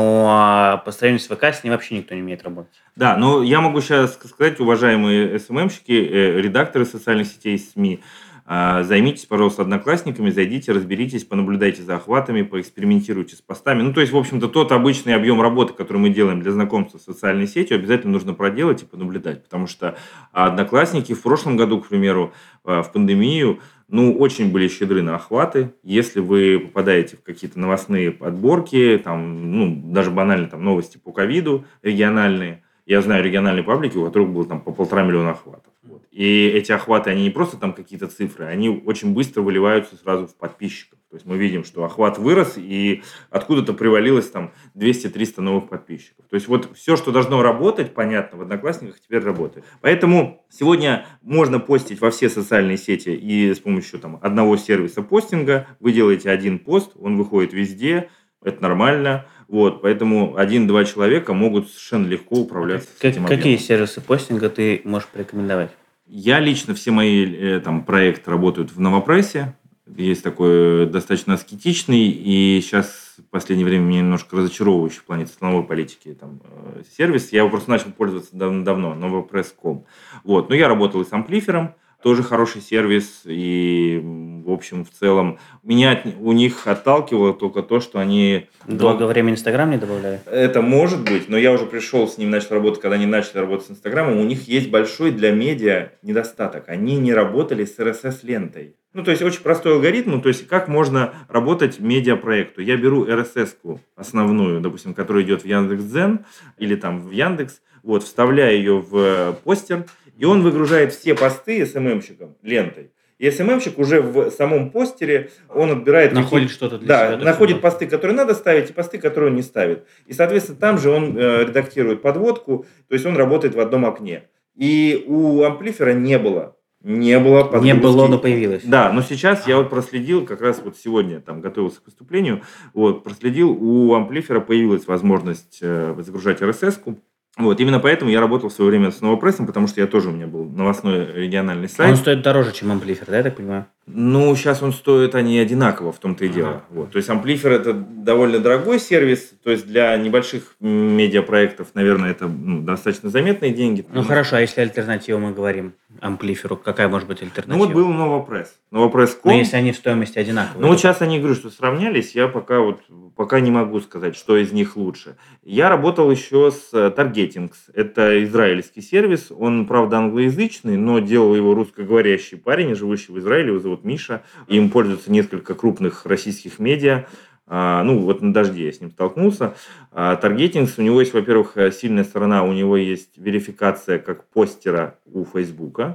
A: но по сравнению с ВК с ним вообще никто не умеет работать.
B: Да, но я могу сейчас сказать, уважаемые эс эм эм-щики, э, редакторы социальных сетей, СМИ, займитесь, пожалуйста, Одноклассниками, зайдите, разберитесь, понаблюдайте за охватами, поэкспериментируйте с постами. Ну, то есть, в общем-то, тот обычный объем работы, который мы делаем для знакомства с социальной сетью, обязательно нужно проделать и понаблюдать, потому что Одноклассники в прошлом году, к примеру, в пандемию, ну, очень были щедры на охваты. Если вы попадаете в какие-то новостные подборки, там, ну, даже банально там новости по ковиду региональные, я знаю региональные паблики, у которых было там по полтора миллиона охватов. Вот. И эти охваты, они не просто там какие-то цифры, они очень быстро выливаются сразу в подписчиков. То есть мы видим, что охват вырос, и откуда-то привалилось там двести-триста новых подписчиков. То есть вот все, что должно работать, понятно, в Одноклассниках теперь работает. Поэтому сегодня можно постить во все социальные сети и с помощью там одного сервиса постинга. Вы делаете один пост, он выходит везде, это нормально. Вот, поэтому один-два человека могут совершенно легко управляться
A: Как,
B: с этим объемом.
A: Какие сервисы постинга ты можешь порекомендовать?
B: Я лично, все мои э, там, проекты работают в Новопрессе. Есть такой достаточно аскетичный и сейчас в последнее время меня немножко разочаровывающий в плане ценовой политики там, э, сервис. Я его просто начал пользоваться дав- давно, новопресс точка ком. Вот. Но я работал и с Амплифером, тоже хороший сервис, и, в общем, в целом, меня от, у них отталкивало только то, что они...
A: Долгое время Инстаграм не добавляли?
B: Это может быть, но я уже пришел с ним, начал работать, когда они начали работать с Инстаграмом, у них есть большой для медиа недостаток. Они не работали с эр эс эс-лентой. Ну, то есть, очень простой алгоритм, то есть, как можно работать медиапроекту. Я беру эр эс эс-ку основную, допустим, которая идет в Яндекс.Дзен или там в Яндекс, вот, вставляю ее в постер, и он выгружает все посты эс эм эм-щикам лентой. И эс эм эм-щик уже в самом постере, он отбирает...
A: Находит что-то для
B: да,
A: себя.
B: Да, находит посты, которые надо ставить, и посты, которые он не ставит. И, соответственно, там же он э, редактирует подводку, то есть он работает в одном окне. И у Амплифера не было. Не было подгрузки.
A: Не было, но появилось.
B: Да, но сейчас я вот проследил, как раз вот сегодня там готовился к выступлению, вот, проследил, у Амплифера появилась возможность э, загружать эр эс эс-ку. Вот, именно поэтому я работал в свое время с Новопрессом, потому что я тоже, у меня был новостной региональный сайт.
A: Он стоит дороже, чем Амплифер, да, я так понимаю?
B: Ну, сейчас он стоит, они одинаково, в том-то и
A: Ага.
B: дело. Вот. То есть Амплифер это довольно дорогой сервис, то есть для небольших медиапроектов, наверное, это ну, достаточно заметные деньги.
A: Ну хорошо, а если альтернативу мы говорим Амплиферу, какая может быть альтернатива?
B: Ну вот был Новопресс. Новопресс точка ком.
A: Но если они в стоимости одинаковые.
B: Ну вот
A: то-
B: сейчас они, говорю, что сравнялись, я пока вот пока не могу сказать, что из них лучше. Я работал еще с э, Targetings. Это израильский сервис. Он, правда, англоязычный, но делал его русскоговорящий парень, живущий в Израиле. Его зовут Миша. Им пользуются несколько крупных российских медиа. А, ну, вот на «Дожде» я с ним столкнулся. А, Targetings, у него есть, во-первых, сильная сторона, у него есть верификация как постера у Фейсбука.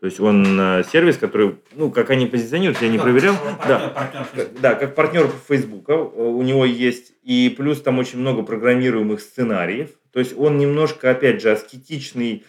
B: То есть он э, сервис, который, ну, как они позиционируют, я не проверял. Да,
A: партнер
B: да, как партнер Фейсбука у него есть, и плюс там очень много программируемых сценариев. То есть он немножко, опять же, аскетичный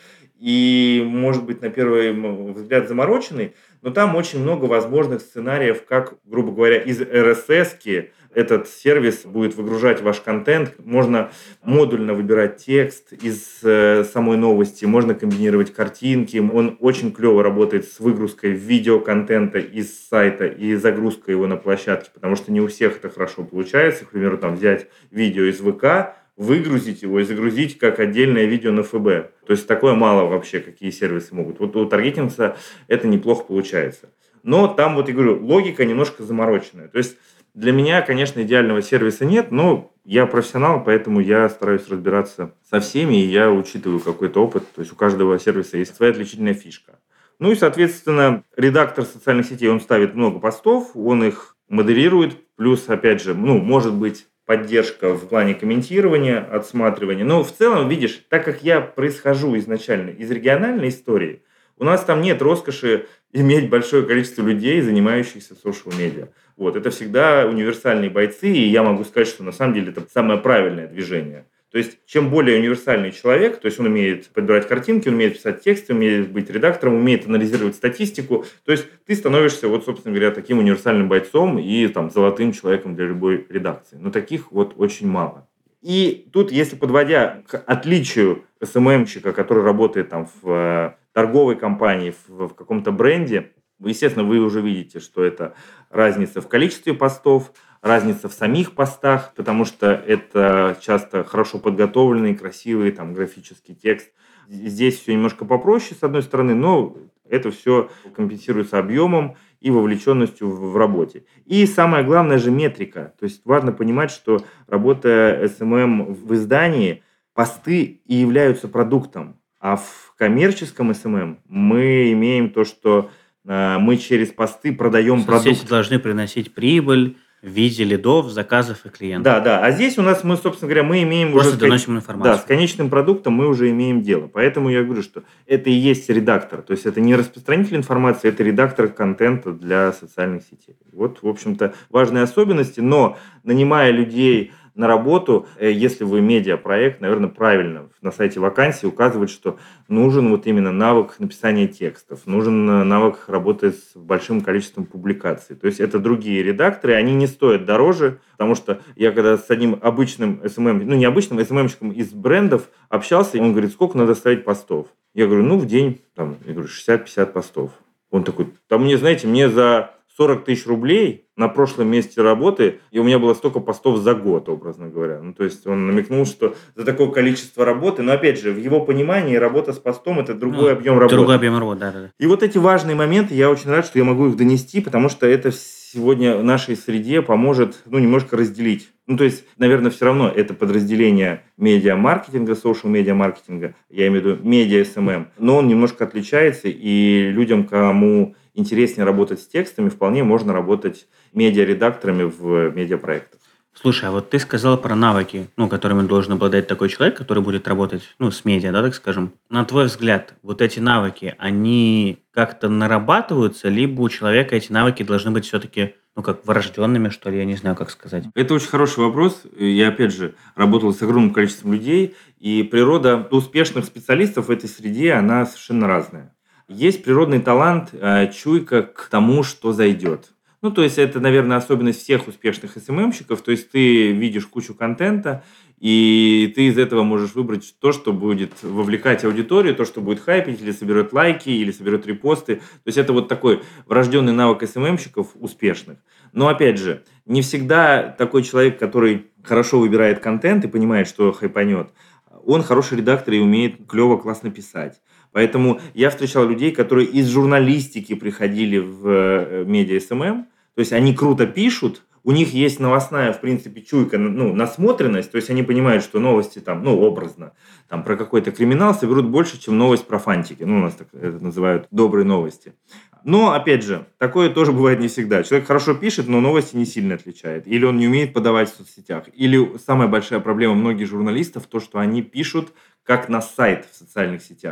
B: и, может быть, на первый взгляд замороченный, но там очень много возможных сценариев, как, грубо говоря, из эр эс эс-ки этот сервис будет выгружать ваш контент. Можно модульно выбирать текст из э, самой новости, можно комбинировать картинки. Он очень клево работает с выгрузкой видеоконтента из сайта и загрузкой его на площадке, потому что не у всех это хорошо получается. К примеру, там взять видео из вэ ка, выгрузить его и загрузить как отдельное видео на эф бэ. То есть такое мало вообще, какие сервисы могут. Вот у таргетинга это неплохо получается. Но там, вот я говорю, логика немножко замороченная. То есть для меня, конечно, идеального сервиса нет, но я профессионал, поэтому я стараюсь разбираться со всеми, и я учитываю какой-то опыт. То есть у каждого сервиса есть своя отличительная фишка. Ну и, соответственно, редактор социальных сетей, он ставит много постов, он их модерирует, плюс, опять же, ну, может быть, поддержка в плане комментирования, отсматривания. Но в целом, видишь, так как я происхожу изначально из региональной истории, у нас там нет роскоши иметь большое количество людей, занимающихся социал-медиа. Вот. Это всегда универсальные бойцы, и я могу сказать, что на самом деле это самое правильное движение. То есть, чем более универсальный человек, то есть он умеет подбирать картинки, он умеет писать тексты, умеет быть редактором, умеет анализировать статистику, то есть ты становишься, вот, собственно говоря, таким универсальным бойцом и там, золотым человеком для любой редакции. Но таких вот очень мало. И тут, если подводя к отличию эс эм эм-щика, который работает там в торговой компании, в, в каком-то бренде, естественно, вы уже видите, что это разница в количестве постов, разница в самих постах, потому что это часто хорошо подготовленный, красивый там, графический текст. Здесь все немножко попроще, с одной стороны, но это все компенсируется объемом и вовлеченностью в работе. И самое главное же метрика. То есть важно понимать, что работая эс эм эм в издании, посты и являются продуктом. А в коммерческом эс эм эм мы имеем то, что э, мы через посты продаем продукт.
A: Соцсети должны приносить прибыль в виде лидов, заказов и клиентов.
B: Да, да. А здесь у нас, мы, собственно говоря, мы имеем
A: Просто
B: уже...
A: доносим информацию.
B: Да, с конечным продуктом мы уже имеем дело. Поэтому я говорю, что это и есть редактор. То есть это не распространитель информации, это редактор контента для социальных сетей. Вот, в общем-то, важные особенности. Но нанимая людей на работу, если вы медиапроект, наверное, правильно на сайте вакансий указывать, что нужен вот именно навык написания текстов, нужен навык работы с большим количеством публикаций. То есть это другие редакторы, они не стоят дороже, потому что я когда с одним обычным эс эм эм, ну не обычным эс эм эм-щиком из брендов общался, он говорит, сколько надо ставить постов? Я говорю, ну в день, там, я говорю, шестьдесят-пятьдесят постов. Он такой, там мне, знаете, мне за сорок тысяч рублей на прошлом месте работы, и у меня было столько постов за год, образно говоря. Ну, то есть он намекнул, что за такое количество работы, но опять же, в его понимании работа с постом – это другой ну, объем работы.
A: Другой объем работы, да, да.
B: И вот эти важные моменты, я очень рад, что я могу их донести, потому что это сегодня в нашей среде поможет, ну, немножко разделить. Ну, то есть, наверное, все равно это подразделение медиа-маркетинга, социал-медиа-маркетинга, я имею в виду медиа-эс эм эм, но он немножко отличается, и людям, кому интереснее работать с текстами, вполне можно работать медиа-редакторами в медиапроектах.
A: Слушай, а вот ты сказал про навыки, ну, которыми должен обладать такой человек, который будет работать, ну, с медиа, да, так скажем. На твой взгляд, вот эти навыки, они как-то нарабатываются, либо у человека эти навыки должны быть все-таки, ну, как врожденными, что ли, я не знаю, как сказать.
B: Это очень хороший вопрос. Я, опять же, работал с огромным количеством людей, и природа успешных специалистов в этой среде, она совершенно разная. Есть природный талант, чуйка к тому, что зайдет. Ну, то есть, это, наверное, особенность всех успешных эс эм эм-щиков. То есть, ты видишь кучу контента, и ты из этого можешь выбрать то, что будет вовлекать аудиторию, то, что будет хайпить, или соберет лайки, или соберет репосты. То есть, это вот такой врожденный навык эс эм эм-щиков успешных. Но, опять же, не всегда такой человек, который хорошо выбирает контент и понимает, что хайпанет, он хороший редактор и умеет клево, классно писать. Поэтому я встречал людей, которые из журналистики приходили в медиа-эс эм эм, то есть они круто пишут, у них есть новостная, в принципе, чуйка, ну, насмотренность, то есть они понимают, что новости там, ну, образно, там про какой-то криминал соберут больше, чем новость про фантики. Ну, у нас так это называют добрые новости. Но, опять же, такое тоже бывает не всегда. Человек хорошо пишет, но новости не сильно отличает. Или он не умеет подавать в соцсетях. Или самая большая проблема многих журналистов, то, что они пишут как на сайт в социальных сетях.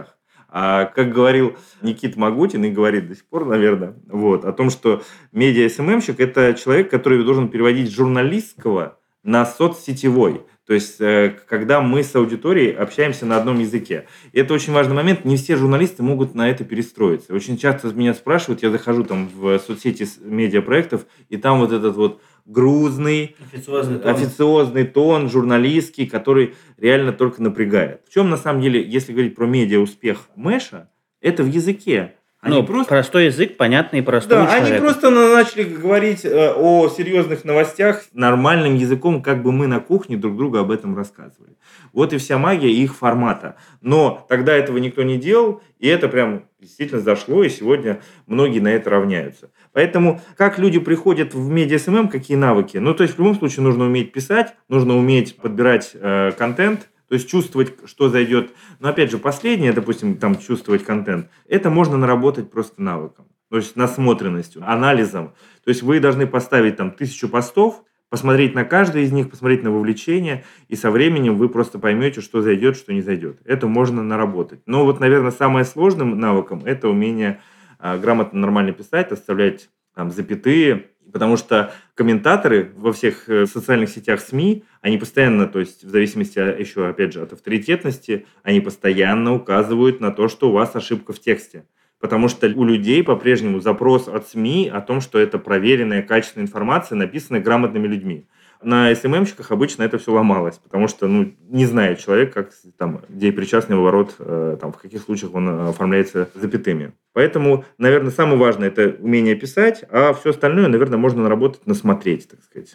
B: А как говорил Никита Магутин, и говорит до сих пор, наверное, вот, о том, что медиа-СММщик – это человек, который должен переводить с журналистского на соцсетевой. То есть, когда мы с аудиторией общаемся на одном языке. И это очень важный момент. Не все журналисты могут на это перестроиться. Очень часто меня спрашивают, я захожу там в соцсети медиапроектов, и там вот этот вот грузный,
A: официозный тон.
B: официозный тон, журналистский, который реально только напрягает. В чем, на самом деле, если говорить про медиа-успех Мэша, это в языке.
A: Они ну, просто... простой язык, понятный и простой
B: да,
A: человеку.
B: Они просто начали говорить э, о серьезных новостях нормальным языком, как бы мы на кухне друг другу об этом рассказывали. Вот и вся магия их формата. Но тогда этого никто не делал, и это прям действительно зашло, и сегодня многие на это равняются. Поэтому как люди приходят в медиа-СММ, какие навыки? Ну, то есть в любом случае нужно уметь писать, нужно уметь подбирать э, контент, то есть чувствовать, что зайдет. Но опять же, последнее, допустим, там чувствовать контент, это можно наработать просто навыком, то есть насмотренностью, анализом. То есть вы должны поставить там тысячу постов, посмотреть на каждый из них, посмотреть на вовлечение, и со временем вы просто поймете, что зайдет, что не зайдет. Это можно наработать. Но вот, наверное, самым сложным навыком это умение а, грамотно, нормально писать, оставлять там запятые, потому что комментаторы во всех социальных сетях СМИ, они постоянно, то есть в зависимости еще, опять же, от авторитетности, они постоянно указывают на то, что у вас ошибка в тексте. Потому что у людей по-прежнему запрос от СМИ о том, что это проверенная, качественная информация, написанная грамотными людьми. На СММщиках обычно это все ломалось, потому что ну, не знает человек, как, там, где причастный ворот, э, там, в каких случаях он оформляется запятыми. Поэтому, наверное, самое важное – это умение писать, а все остальное, наверное, можно наработать, насмотреть, так сказать.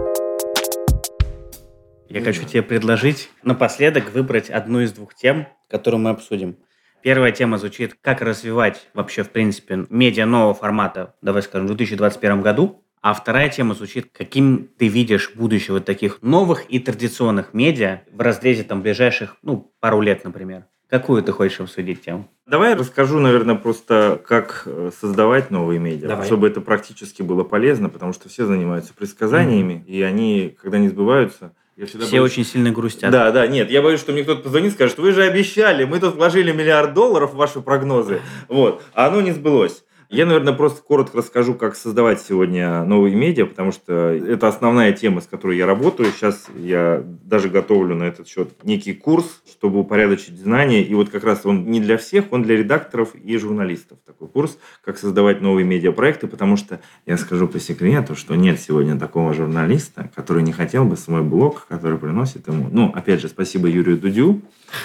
A: Я хочу тебе предложить напоследок выбрать одну из двух тем, которую мы обсудим. Первая тема звучит «Как развивать вообще, в принципе, медиа нового формата, давай скажем, в две тысячи двадцать первом году». А вторая тема звучит, каким ты видишь будущее вот таких новых и традиционных медиа в разрезе там ближайших, ну, пару лет, например. Какую ты хочешь обсудить тему?
B: Давай я расскажу, наверное, просто, как создавать новые медиа,
A: Давай.
B: Чтобы это практически было полезно, потому что все занимаются предсказаниями, mm-hmm. и они, когда не сбываются... Я
A: все
B: боюсь...
A: очень сильно грустят.
B: Да, да, нет, я боюсь, что мне кто-то позвонит и скажет, вы же обещали, мы тут вложили миллиард долларов в ваши прогнозы, вот, а оно не сбылось. Я, наверное, просто коротко расскажу, как создавать сегодня новые медиа, потому что это основная тема, с которой я работаю. Сейчас я даже готовлю на этот счет некий курс, чтобы упорядочить знания. И вот как раз он не для всех, он для редакторов и журналистов. Такой курс, как создавать новые медиапроекты, потому что я скажу по секрету, что нет сегодня такого журналиста, который не хотел бы свой блог, который приносит ему... Ну, опять же, спасибо Юрию Дудю.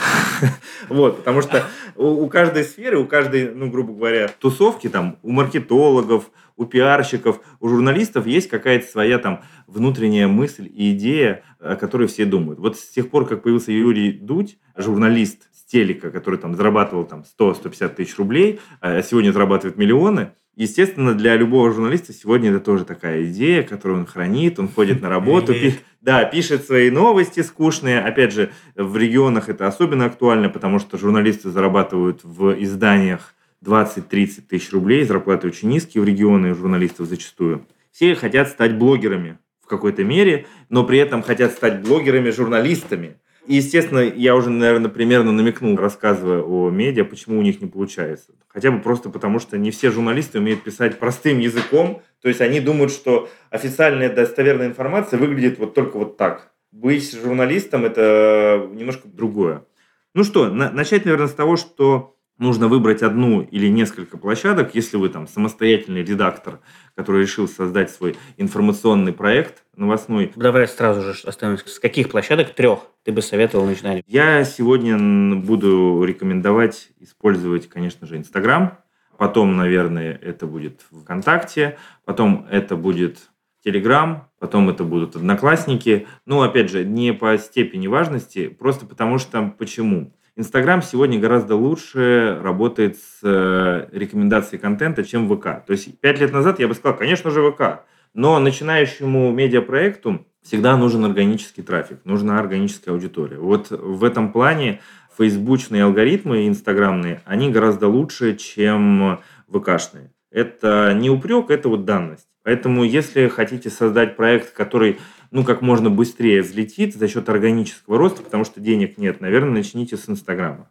B: Вот, потому что у каждой сферы, у каждой, ну, грубо говоря, тусовки там, у маркетологов, у пиарщиков, у журналистов есть какая-то своя там внутренняя мысль и идея, о которой все думают. Вот с тех пор, как появился Юрий Дудь, журналист с телека, который там зарабатывал там сто - сто пятьдесят тысяч рублей, а сегодня зарабатывает миллионы, естественно, для любого журналиста сегодня это тоже такая идея, которую он хранит, он ходит на работу, пи- да, пишет свои новости скучные. Опять же, в регионах это особенно актуально, потому что журналисты зарабатывают в изданиях двадцать-тридцать тысяч рублей, зарплаты очень низкие в регионы журналистов зачастую. Все хотят стать блогерами в какой-то мере, но при этом хотят стать блогерами-журналистами. И, естественно, я уже, наверное, примерно намекнул, рассказывая о медиа, почему у них не получается. Хотя бы просто потому, что не все журналисты умеют писать простым языком. То есть они думают, что официальная достоверная информация выглядит вот только вот так. Быть журналистом – это немножко другое. Ну что, на- начать, наверное, с того, что нужно выбрать одну или несколько площадок, если вы там самостоятельный редактор, который решил создать свой информационный проект новостной.
A: Давай сразу же остановимся. С каких площадок трех ты бы советовал начинать?
B: Я сегодня буду рекомендовать использовать, конечно же, Инстаграм. Потом, наверное, это будет ВКонтакте. Потом это будет Телеграм. Потом это будут Одноклассники. Ну, опять же, не по степени важности, просто потому что... Почему? Инстаграм сегодня гораздо лучше работает с э, рекомендацией контента, чем ВК. То есть пять лет назад я бы сказал, конечно же, ВК. Но начинающему медиапроекту всегда нужен органический трафик, нужна органическая аудитория. Вот в этом плане фейсбучные алгоритмы, инстаграмные, они гораздо лучше, чем ВКшные. Это не упрек, это вот данность. Поэтому если хотите создать проект, который ну, как можно быстрее взлетит за счет органического роста, потому что денег нет, наверное, начните с Инстаграма.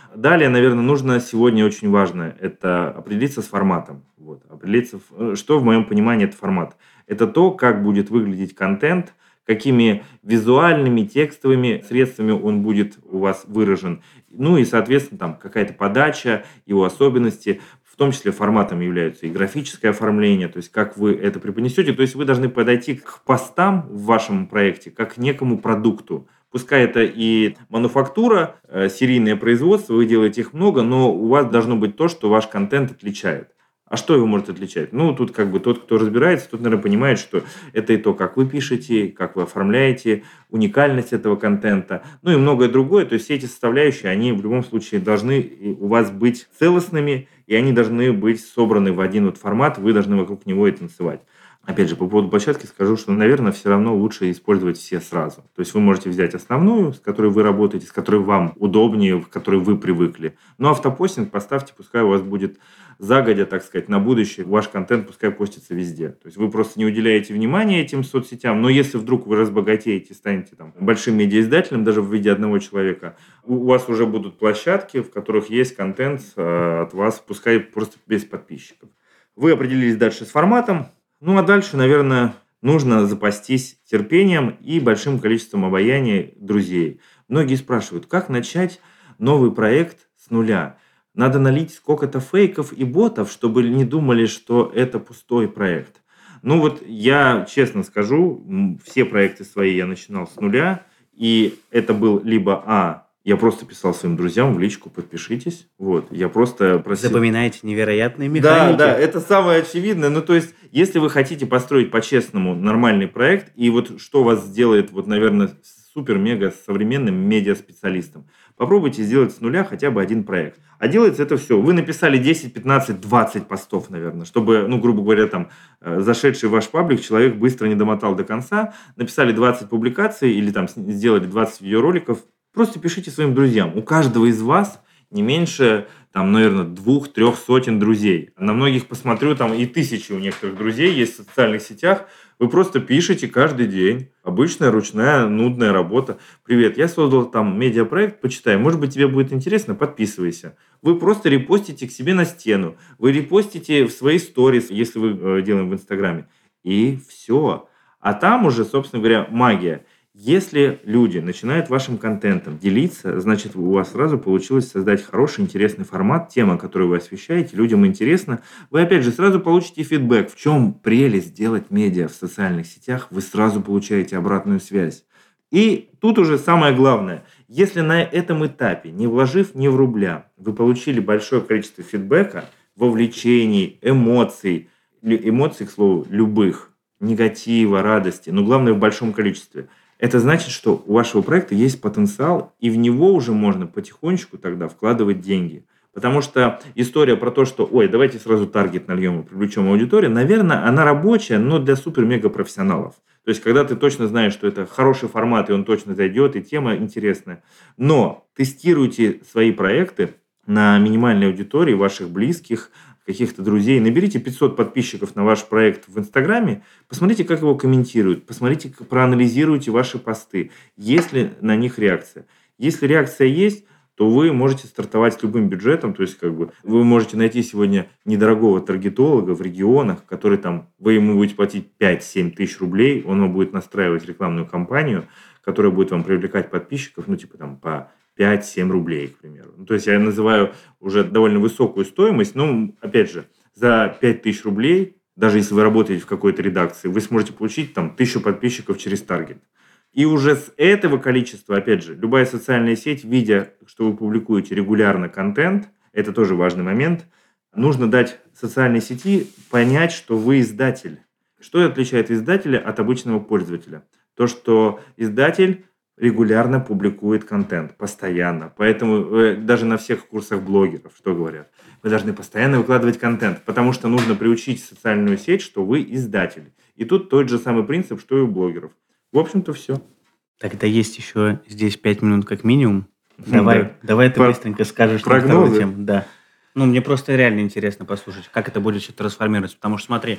B: Далее, наверное, нужно сегодня очень важно, это определиться с форматом. Вот, определиться, в- что в моем понимании это формат. Это то, как будет выглядеть контент, какими визуальными, текстовыми средствами он будет у вас выражен. Ну и, соответственно, там какая-то подача, его особенности, в том числе форматом являются и графическое оформление, то есть как вы это преподнесете. То есть вы должны подойти к постам в вашем проекте как к некому продукту. Пускай это и мануфактура, э, серийное производство, вы делаете их много, но у вас должно быть то, что ваш контент отличает. А что его может отличать? Ну, тут как бы тот, кто разбирается, тот, наверное, понимает, что это и то, как вы пишете, как вы оформляете, уникальность этого контента, ну и многое другое. То есть все эти составляющие, они в любом случае должны у вас быть целостными, и они должны быть собраны в один вот формат, вы должны вокруг него и танцевать. Опять же, по поводу площадки скажу, что, наверное, все равно лучше использовать все сразу. То есть вы можете взять основную, с которой вы работаете, с которой вам удобнее, к которой вы привыкли. Но автопостинг поставьте, пускай у вас будет загодя, так сказать, на будущее. Ваш контент пускай постится везде. То есть вы просто не уделяете внимания этим соцсетям, но если вдруг вы разбогатеете, станете там большим медиаиздателем, даже в виде одного человека, у вас уже будут площадки, в которых есть контент э, от вас, пускай просто без подписчиков. Вы определились дальше с форматом. Ну, а дальше, наверное, нужно запастись терпением и большим количеством обаяния друзей. Многие спрашивают, как начать новый проект с нуля? Надо налить сколько-то фейков и ботов, чтобы не думали, что это пустой проект. Ну, вот я честно скажу, м, все проекты свои я начинал с нуля, и это был либо А, я просто писал своим друзьям в личку, подпишитесь. Вот, я просто просил...
A: Запоминаете невероятные
B: Да,
A: механики.
B: да, это самое очевидное. Ну, то есть, если вы хотите построить по-честному нормальный проект, и вот что вас сделает, вот, наверное, супер-мега современным медиаспециалистом, попробуйте сделать с нуля хотя бы один проект. А делается это все. Вы написали десять, пятнадцать, двадцать постов, наверное, чтобы, ну, грубо говоря, там, э, зашедший в ваш паблик человек быстро не домотал до конца, написали двадцать публикаций или там с- сделали двадцать видеороликов. Просто пишите своим друзьям. У каждого из вас не меньше, там, наверное, двух-трех сотен друзей. На многих посмотрю, там и тысячи у некоторых друзей есть в социальных сетях. Вы просто пишете каждый день. Обычная ручная нудная работа. Привет, я создал там медиапроект, почитай. Может быть, тебе будет интересно, подписывайся. Вы просто репостите к себе на стену. Вы репостите в свои сторис, если вы э, делаем в Инстаграме. И все. А там уже, собственно говоря, магия. Если люди начинают вашим контентом делиться, значит, у вас сразу получилось создать хороший, интересный формат, тема, которую вы освещаете, людям интересно. Вы, опять же, сразу получите фидбэк. В чем прелесть делать медиа в социальных сетях? Вы сразу получаете обратную связь. И тут уже самое главное. Если на этом этапе, не вложив ни в рубля, вы получили большое количество фидбэка, вовлечений, эмоций, лю- эмоций, к слову, любых, негатива, радости, но главное в большом количестве – это значит, что у вашего проекта есть потенциал, и в него уже можно потихонечку тогда вкладывать деньги. Потому что история про то, что, ой, давайте сразу таргет нальем и привлечем аудиторию, наверное, она рабочая, но для супер-мега-профессионалов. То есть, когда ты точно знаешь, что это хороший формат, и он точно зайдет, и тема интересная. Но тестируйте свои проекты на минимальной аудитории ваших близких, каких-то друзей. Наберите пятьсот подписчиков на ваш проект в Инстаграме, посмотрите, как его комментируют, посмотрите, как- проанализируйте ваши посты, есть ли на них реакция. Если реакция есть, то вы можете стартовать с любым бюджетом, то есть как бы вы можете найти сегодня недорогого таргетолога в регионах, который там, вы ему будете платить пять-семь тысяч рублей, он вам будет настраивать рекламную кампанию, которая будет вам привлекать подписчиков, ну типа там по пять-семь рублей, к примеру. Ну, то есть я называю уже довольно высокую стоимость, но опять же, за пять тысяч рублей, даже если вы работаете в какой-то редакции, вы сможете получить там тысячу подписчиков через таргет. И уже с этого количества, опять же, любая социальная сеть, видя, что вы публикуете регулярно контент, это тоже важный момент, нужно дать социальной сети понять, что вы издатель. Что отличает издателя от обычного пользователя? То, что издатель регулярно публикует контент, постоянно. Поэтому э, даже на всех курсах блогеров, что говорят, вы должны постоянно выкладывать контент, потому что нужно приучить социальную сеть, что вы издатель. И тут тот же самый принцип, что и у блогеров. В общем-то, все.
A: Тогда есть еще здесь пять минут как минимум. Давай,
B: Да.
A: давай ты
B: Про-
A: быстренько скажешь на
B: прогнозы?
A: вторую тему. Да. Ну, мне просто реально интересно послушать, как это будет еще трансформироваться. Потому что, смотри,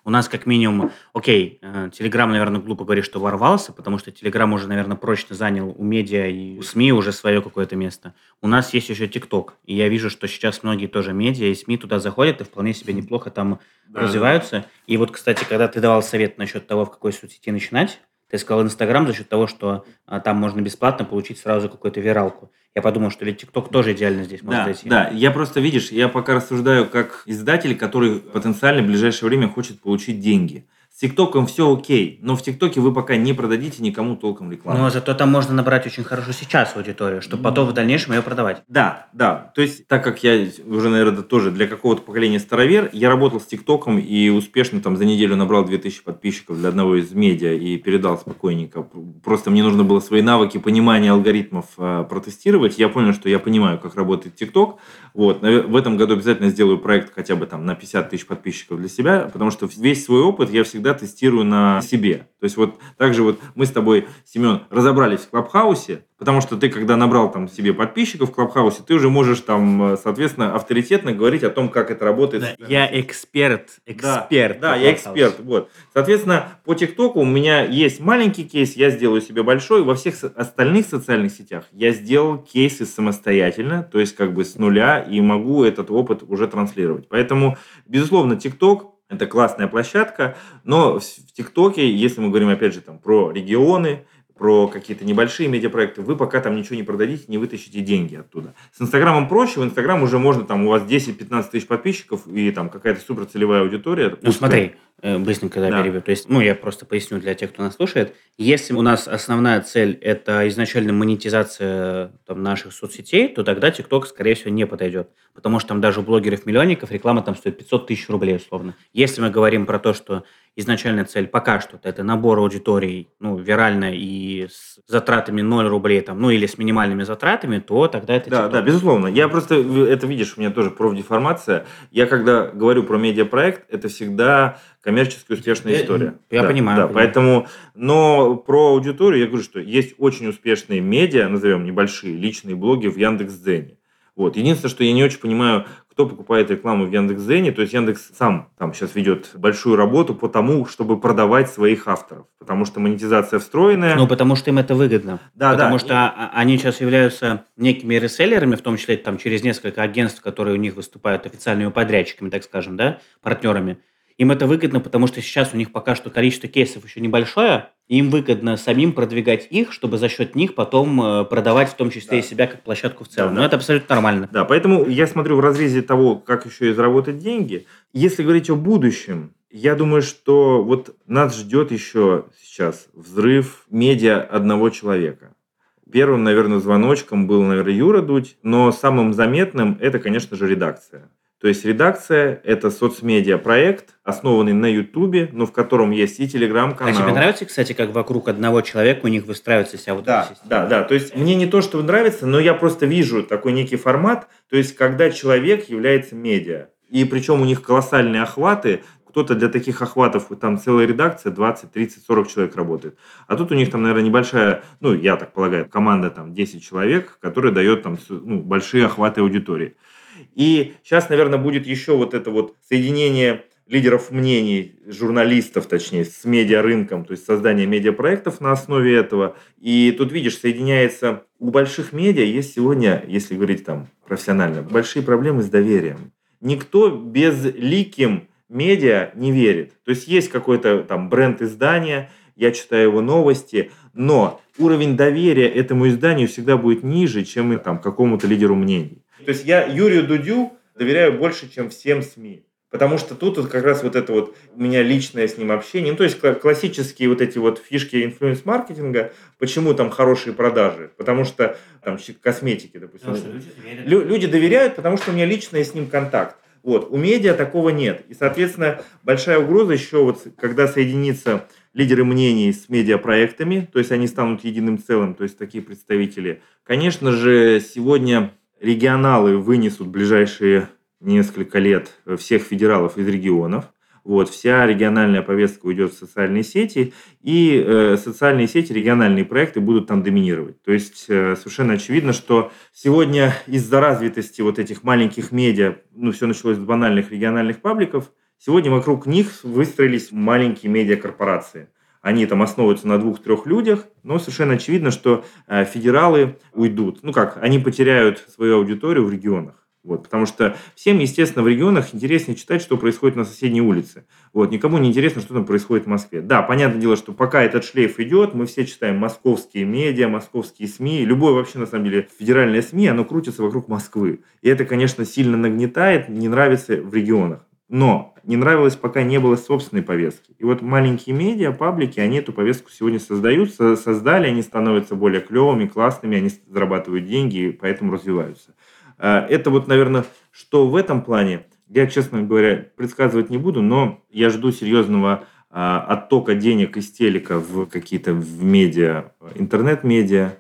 A: У нас как минимум, окей, э, Telegram, наверное, глупо говорить, что ворвался, потому что Telegram уже, наверное, прочно занял у медиа и у СМИ уже свое какое-то место. У нас есть еще TikTok, и я вижу, что сейчас многие тоже медиа и СМИ туда заходят и вполне себе неплохо там
B: Да, да,
A: развиваются. И вот, кстати, когда ты давал совет насчет того, в какой соцсети начинать, ты сказал Инстаграм за счет того, что а, там можно бесплатно получить сразу какую-то виралку. Я подумал, что ведь ТикТок тоже идеально здесь может
B: Да,
A: зайти.
B: да, я просто, видишь, я пока рассуждаю как издатель, который потенциально в ближайшее время хочет получить деньги. С ТикТоком все окей, но в ТикТоке вы пока не продадите никому толком рекламу.
A: Но зато там можно набрать очень хорошо сейчас аудиторию, чтобы потом в дальнейшем ее продавать.
B: Да, да. То есть, так как я уже, наверное, тоже для какого-то поколения старовер, я работал с ТикТоком и успешно там за неделю набрал две тысячи подписчиков для одного из медиа и передал спокойненько. Просто мне нужно было свои навыки понимания алгоритмов э, протестировать. Я понял, что я понимаю, как работает ТикТок. Вот. В этом году обязательно сделаю проект хотя бы там на пятьдесят тысяч подписчиков для себя, потому что весь свой опыт я всегда тестирую на себе. То есть вот также вот мы с тобой, Семен, разобрались в Клабхаусе, потому что ты, когда набрал там себе подписчиков в Клабхаусе, ты уже можешь там, соответственно, авторитетно говорить о том, как это работает.
A: Да, я эксперт, эксперт.
B: Да, да, я эксперт. Вот. Соответственно, по ТикТоку у меня есть маленький кейс, я сделаю себе большой. Во всех остальных социальных сетях я сделал кейсы самостоятельно, то есть как бы с нуля, и могу этот опыт уже транслировать. Поэтому, безусловно, ТикТок – это классная площадка, но в ТикТоке, если мы говорим, опять же, там, про регионы, про какие-то небольшие медиапроекты, вы пока там ничего не продадите, не вытащите деньги оттуда. С Инстаграмом проще, в Инстаграм уже можно, там у вас десять-пятнадцать тысяч подписчиков и там какая-то суперцелевая аудитория.
A: Ну смотри, быстренько да,
B: Да.
A: перебью. То есть, ну я просто поясню для тех, кто нас слушает. Если у нас основная цель – это изначально монетизация там, наших соцсетей, то тогда TikTok, скорее всего, не подойдет. Потому что там даже у блогеров-миллионников реклама там стоит пятьсот тысяч рублей условно. Если мы говорим про то, что изначальная цель пока что это набор аудиторий, ну, вирально и с затратами ноль рублей, там, ну, или с минимальными затратами, то тогда это
B: Да,
A: TikTok.
B: да, безусловно. Я просто, это видишь, у меня тоже профдеформация. Я когда говорю про медиапроект, это всегда коммерчески успешная
A: Я-
B: история.
A: я
B: Да,
A: понимаю,
B: Да,
A: понимаю.
B: поэтому, но про аудиторию я говорю, что есть очень успешные медиа, назовем небольшие, личные блоги в Яндекс.Дзене. Вот. Единственное, что я не очень понимаю, кто покупает рекламу в Яндекс.Дзене. То есть Яндекс сам там сейчас ведет большую работу по тому, чтобы продавать своих авторов. Потому что монетизация встроенная.
A: Ну, потому что им это выгодно.
B: Да,
A: потому
B: да.
A: что а- они сейчас являются некими реселлерами, в том числе там, через несколько агентств, которые у них выступают официальными подрядчиками, так скажем, да, партнерами. Им это выгодно, потому что сейчас у них пока что количество кейсов еще небольшое, и им выгодно самим продвигать их, чтобы за счет них потом э, продавать в том числе
B: Да.
A: и себя как площадку в целом.
B: Да,
A: Но
B: да.
A: это абсолютно нормально.
B: Да, поэтому я смотрю в разрезе того, как еще и заработать деньги. Если говорить о будущем, я думаю, что вот нас ждет еще сейчас взрыв медиа одного человека. Первым, наверное, звоночком был, наверное, Юра Дудь, но самым заметным это, конечно же, редакция. То есть редакция – это соцмедиа-проект, основанный на Ютубе, но в котором есть и
A: А
B: телеграм-канал.
A: тебе нравится, кстати, как вокруг одного человека у них выстраивается вся вот эта
B: Да,
A: система?
B: да, да. То есть мне не то, что нравится, но я просто вижу такой некий формат, то есть когда человек является медиа. И причем у них колоссальные охваты. Кто-то для таких охватов, там целая редакция, двадцать, тридцать, сорок человек работает. А тут у них там, наверное, небольшая, ну, я так полагаю, команда там десять человек, которая дает там ну, большие охваты аудитории. И сейчас, наверное, будет еще вот это вот соединение лидеров мнений, журналистов, точнее, с медиарынком, то есть создание медиапроектов на основе этого. И тут, видишь, соединяется у больших медиа есть сегодня, если говорить там профессионально, большие проблемы с доверием. Никто безликим медиа не верит. То есть есть какой-то там бренд издания, я читаю его новости, но уровень доверия этому изданию всегда будет ниже, чем и там какому-то лидеру мнений. То есть я Юрию Дудю доверяю больше, чем всем СМИ. Потому что тут вот как раз вот это вот у меня личное с ним общение. Ну, то есть классические вот эти вот фишки инфлюенс-маркетинга. Почему там хорошие продажи? Потому что там косметики, допустим.
A: Потому что люди доверяют.
B: Лю- Люди доверяют, потому что у меня личный с ним контакт. Вот. У медиа такого нет. И, соответственно, большая угроза еще, вот, когда соединится лидеры мнений с медиапроектами, то есть они станут единым целым, то есть такие представители. Конечно же, сегодня регионалы вынесут в ближайшие несколько лет всех федералов из регионов. Вот, вся региональная повестка уйдет в социальные сети, и э, социальные сети, региональные проекты будут там доминировать. То есть э, совершенно очевидно, что сегодня из-за развитости вот этих маленьких медиа, ну, все началось с банальных региональных пабликов, Сегодня вокруг них выстроились маленькие медиакорпорации. Они там основываются на двух-трех людях, но совершенно очевидно, что э, федералы уйдут. Ну как, они потеряют свою аудиторию в регионах. Вот, потому что всем, естественно, в регионах интереснее читать, что происходит на соседней улице. Вот, никому не интересно, что там происходит в Москве. Да, понятное дело, что пока этот шлейф идет, мы все читаем московские медиа, московские СМИ. Любое вообще, на самом деле, федеральное СМИ, оно крутится вокруг Москвы. И это, конечно, сильно нагнетает, не нравится в регионах. Но не нравилось, пока не было собственной повестки. И вот маленькие медиа, паблики, они эту повестку сегодня создают, создали, они становятся более клевыми, классными, они зарабатывают деньги и поэтому развиваются. Это вот, наверное, что в этом плане, я, честно говоря, предсказывать не буду, но я жду серьезного оттока денег из телека в какие-то в медиа, интернет-медиа.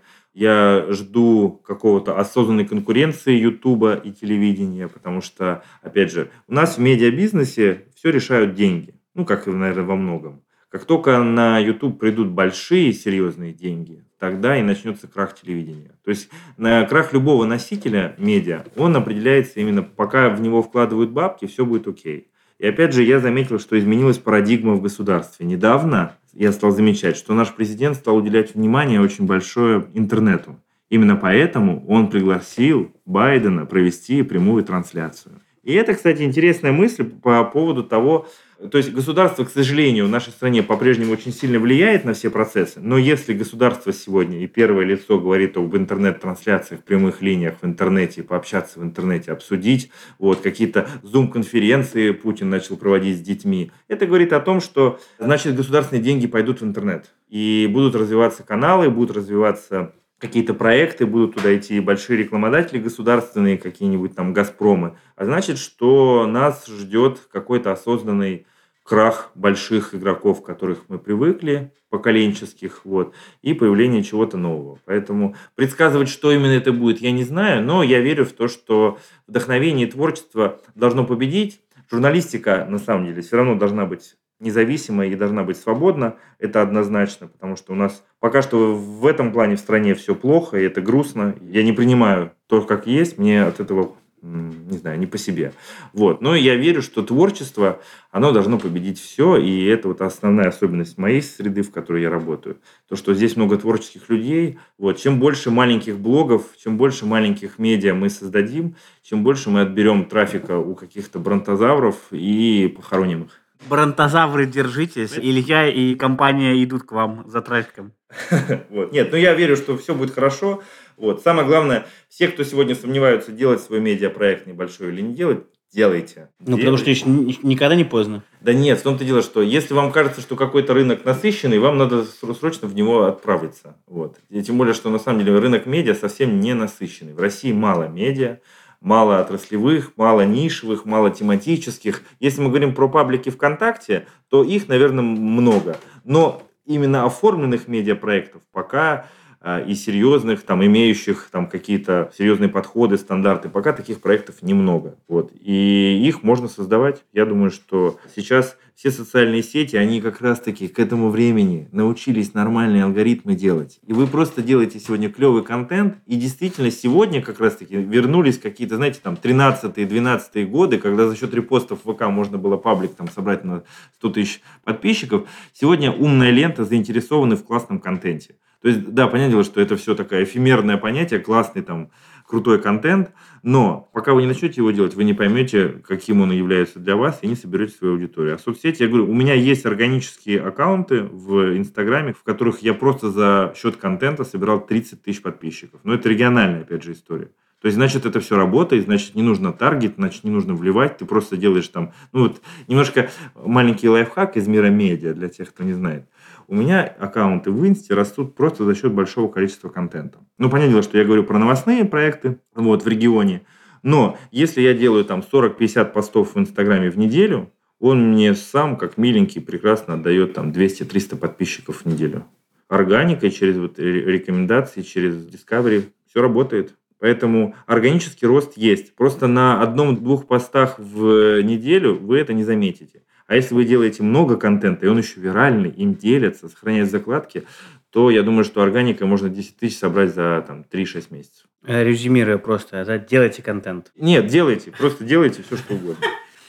B: Я жду какого-то осознанной конкуренции Ютуба и телевидения, потому что, опять же, у нас в медиабизнесе все решают деньги. Ну, как, наверное, во многом. Как только на YouTube придут большие серьезные деньги, тогда и начнется крах телевидения. То есть на крах любого носителя медиа, он определяется именно, пока в него вкладывают бабки, все будет окей. И опять же, я заметил, что изменилась парадигма в государстве. Недавно я стал замечать, что наш президент стал уделять внимание очень большое интернету. Именно поэтому он пригласил Байдена провести прямую трансляцию. И это, кстати, интересная мысль по поводу того, то есть государство, к сожалению, в нашей стране по-прежнему очень сильно влияет на все процессы, но если государство сегодня и первое лицо говорит об интернет-трансляциях, прямых линиях в интернете, пообщаться в интернете, обсудить, вот, какие-то зум-конференции Путин начал проводить с детьми, это говорит о том, что, значит, государственные деньги пойдут в интернет, и будут развиваться каналы, будут развиваться какие-то проекты, будут туда идти большие рекламодатели государственные, какие-нибудь там «Газпромы». А значит, что нас ждет какой-то осознанный крах больших игроков, к которых мы привыкли, поколенческих, вот, и появление чего-то нового. Поэтому предсказывать, что именно это будет, я не знаю, но я верю в то, что вдохновение и творчество должно победить. Журналистика, на самом деле, все равно должна быть независимая и должна быть свободна, это однозначно, потому что у нас пока что в этом плане в стране все плохо, и это грустно. Я не принимаю то, как есть, мне от этого, не знаю, не по себе. Вот. Но я верю, что творчество, оно должно победить все, и это вот основная особенность моей среды, в которой я работаю. То, что здесь много творческих людей. Вот. Чем больше маленьких блогов, чем больше маленьких медиа мы создадим, чем больше мы отберем трафика у каких-то бронтозавров и похороним их.
A: Бронтозавры, держитесь. Илья и компания идут к вам за трафиком.
B: Вот. Нет, ну я верю, что все будет хорошо. Вот. Самое главное, все, кто сегодня сомневаются, делать свой медиапроект небольшой или не делать, делайте.
A: Ну,
B: делайте.
A: потому что еще никогда не поздно.
B: Да нет, в том-то дело, что если вам кажется, что какой-то рынок насыщенный, вам надо срочно в него отправиться. Вот. И тем более, что на самом деле рынок медиа совсем не насыщенный. В России мало медиа. Мало отраслевых, мало нишевых, мало тематических. Если мы говорим про паблики ВКонтакте, то их, наверное, много. Но именно оформленных медиапроектов пока э, и серьезных, там, имеющих там, какие-то серьезные подходы, стандарты, пока таких проектов немного. Вот. И их можно создавать. Я думаю, что сейчас все социальные сети, они как раз-таки к этому времени научились нормальные алгоритмы делать. И вы просто делаете сегодня клевый контент, и действительно сегодня как раз-таки вернулись какие-то, знаете, там тринадцатые-двенадцатые годы, когда за счет репостов в ВК можно было паблик там собрать на сто тысяч подписчиков. Сегодня умная лента заинтересованы в классном контенте. То есть, да, понятное дело, что это все такое эфемерное понятие, классный там крутой контент, но пока вы не начнете его делать, вы не поймете, каким он является для вас, и не соберете свою аудиторию. А соцсети, я говорю, у меня есть органические аккаунты в Инстаграме, в которых я просто за счет контента собирал тридцать тысяч подписчиков. Но это региональная, опять же, история. То есть, значит, это все работает, значит, не нужно таргет, значит, не нужно вливать, ты просто делаешь там, ну вот, немножко маленький лайфхак из мира медиа, для тех, кто не знает. У меня аккаунты в Инсте растут просто за счет большого количества контента. Ну, понятное дело, что я говорю про новостные проекты вот, в регионе, но если я делаю там сорок-пятьдесят постов в Инстаграме в неделю, он мне сам, как миленький, прекрасно отдает там двести-триста подписчиков в неделю. Органикой, через вот рекомендации, через Discovery, все работает. Поэтому органический рост есть. Просто на одном-двух постах в неделю вы это не заметите. А если вы делаете много контента, и он еще виральный, им делятся, сохраняют закладки, то я думаю, что органикой можно десять тысяч собрать за там, три-шесть месяцев.
A: Резюмируя просто, да, делайте контент.
B: Нет, делайте, просто делайте все, что угодно.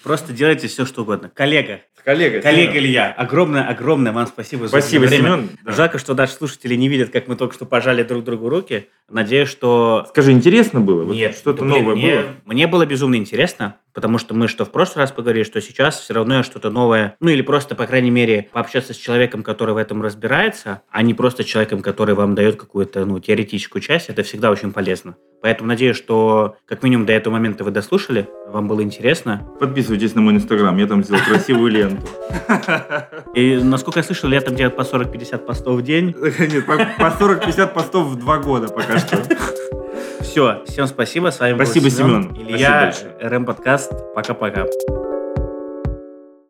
A: Просто делайте все, что угодно. Коллега.
B: Коллега.
A: Коллега
B: Семен.
A: Илья, огромное-огромное вам спасибо,
B: Спасибо,
A: за время.
B: Семен. Да.
A: Жалко, что наши слушатели не видят, как мы только что пожали друг другу руки. Надеюсь, что...
B: Скажи, интересно было? Вот
A: Нет,
B: что-то
A: да, блин,
B: новое
A: мне,
B: было?
A: Мне было безумно интересно, потому что мы что в прошлый раз поговорили, что сейчас все равно что-то новое, ну или просто, по крайней мере, пообщаться с человеком, который в этом разбирается, а не просто человеком, который вам дает какую-то ну, теоретическую часть, это всегда очень полезно. Поэтому надеюсь, что как минимум до этого момента вы дослушали, вам было интересно.
B: Подписывайтесь на мой инстаграм, я там сделал красивую ленту.
A: И, насколько я слышал, я там делаю по сорок-пятьдесят постов в день.
B: Нет, по сорок-пятьдесят постов в два года пока что.
A: Все, всем спасибо, с вами
B: Спасибо,
A: был Семен,
B: Семен.
A: Илья,
B: Спасибо большое.
A: эр эм Подкаст. Пока-пока.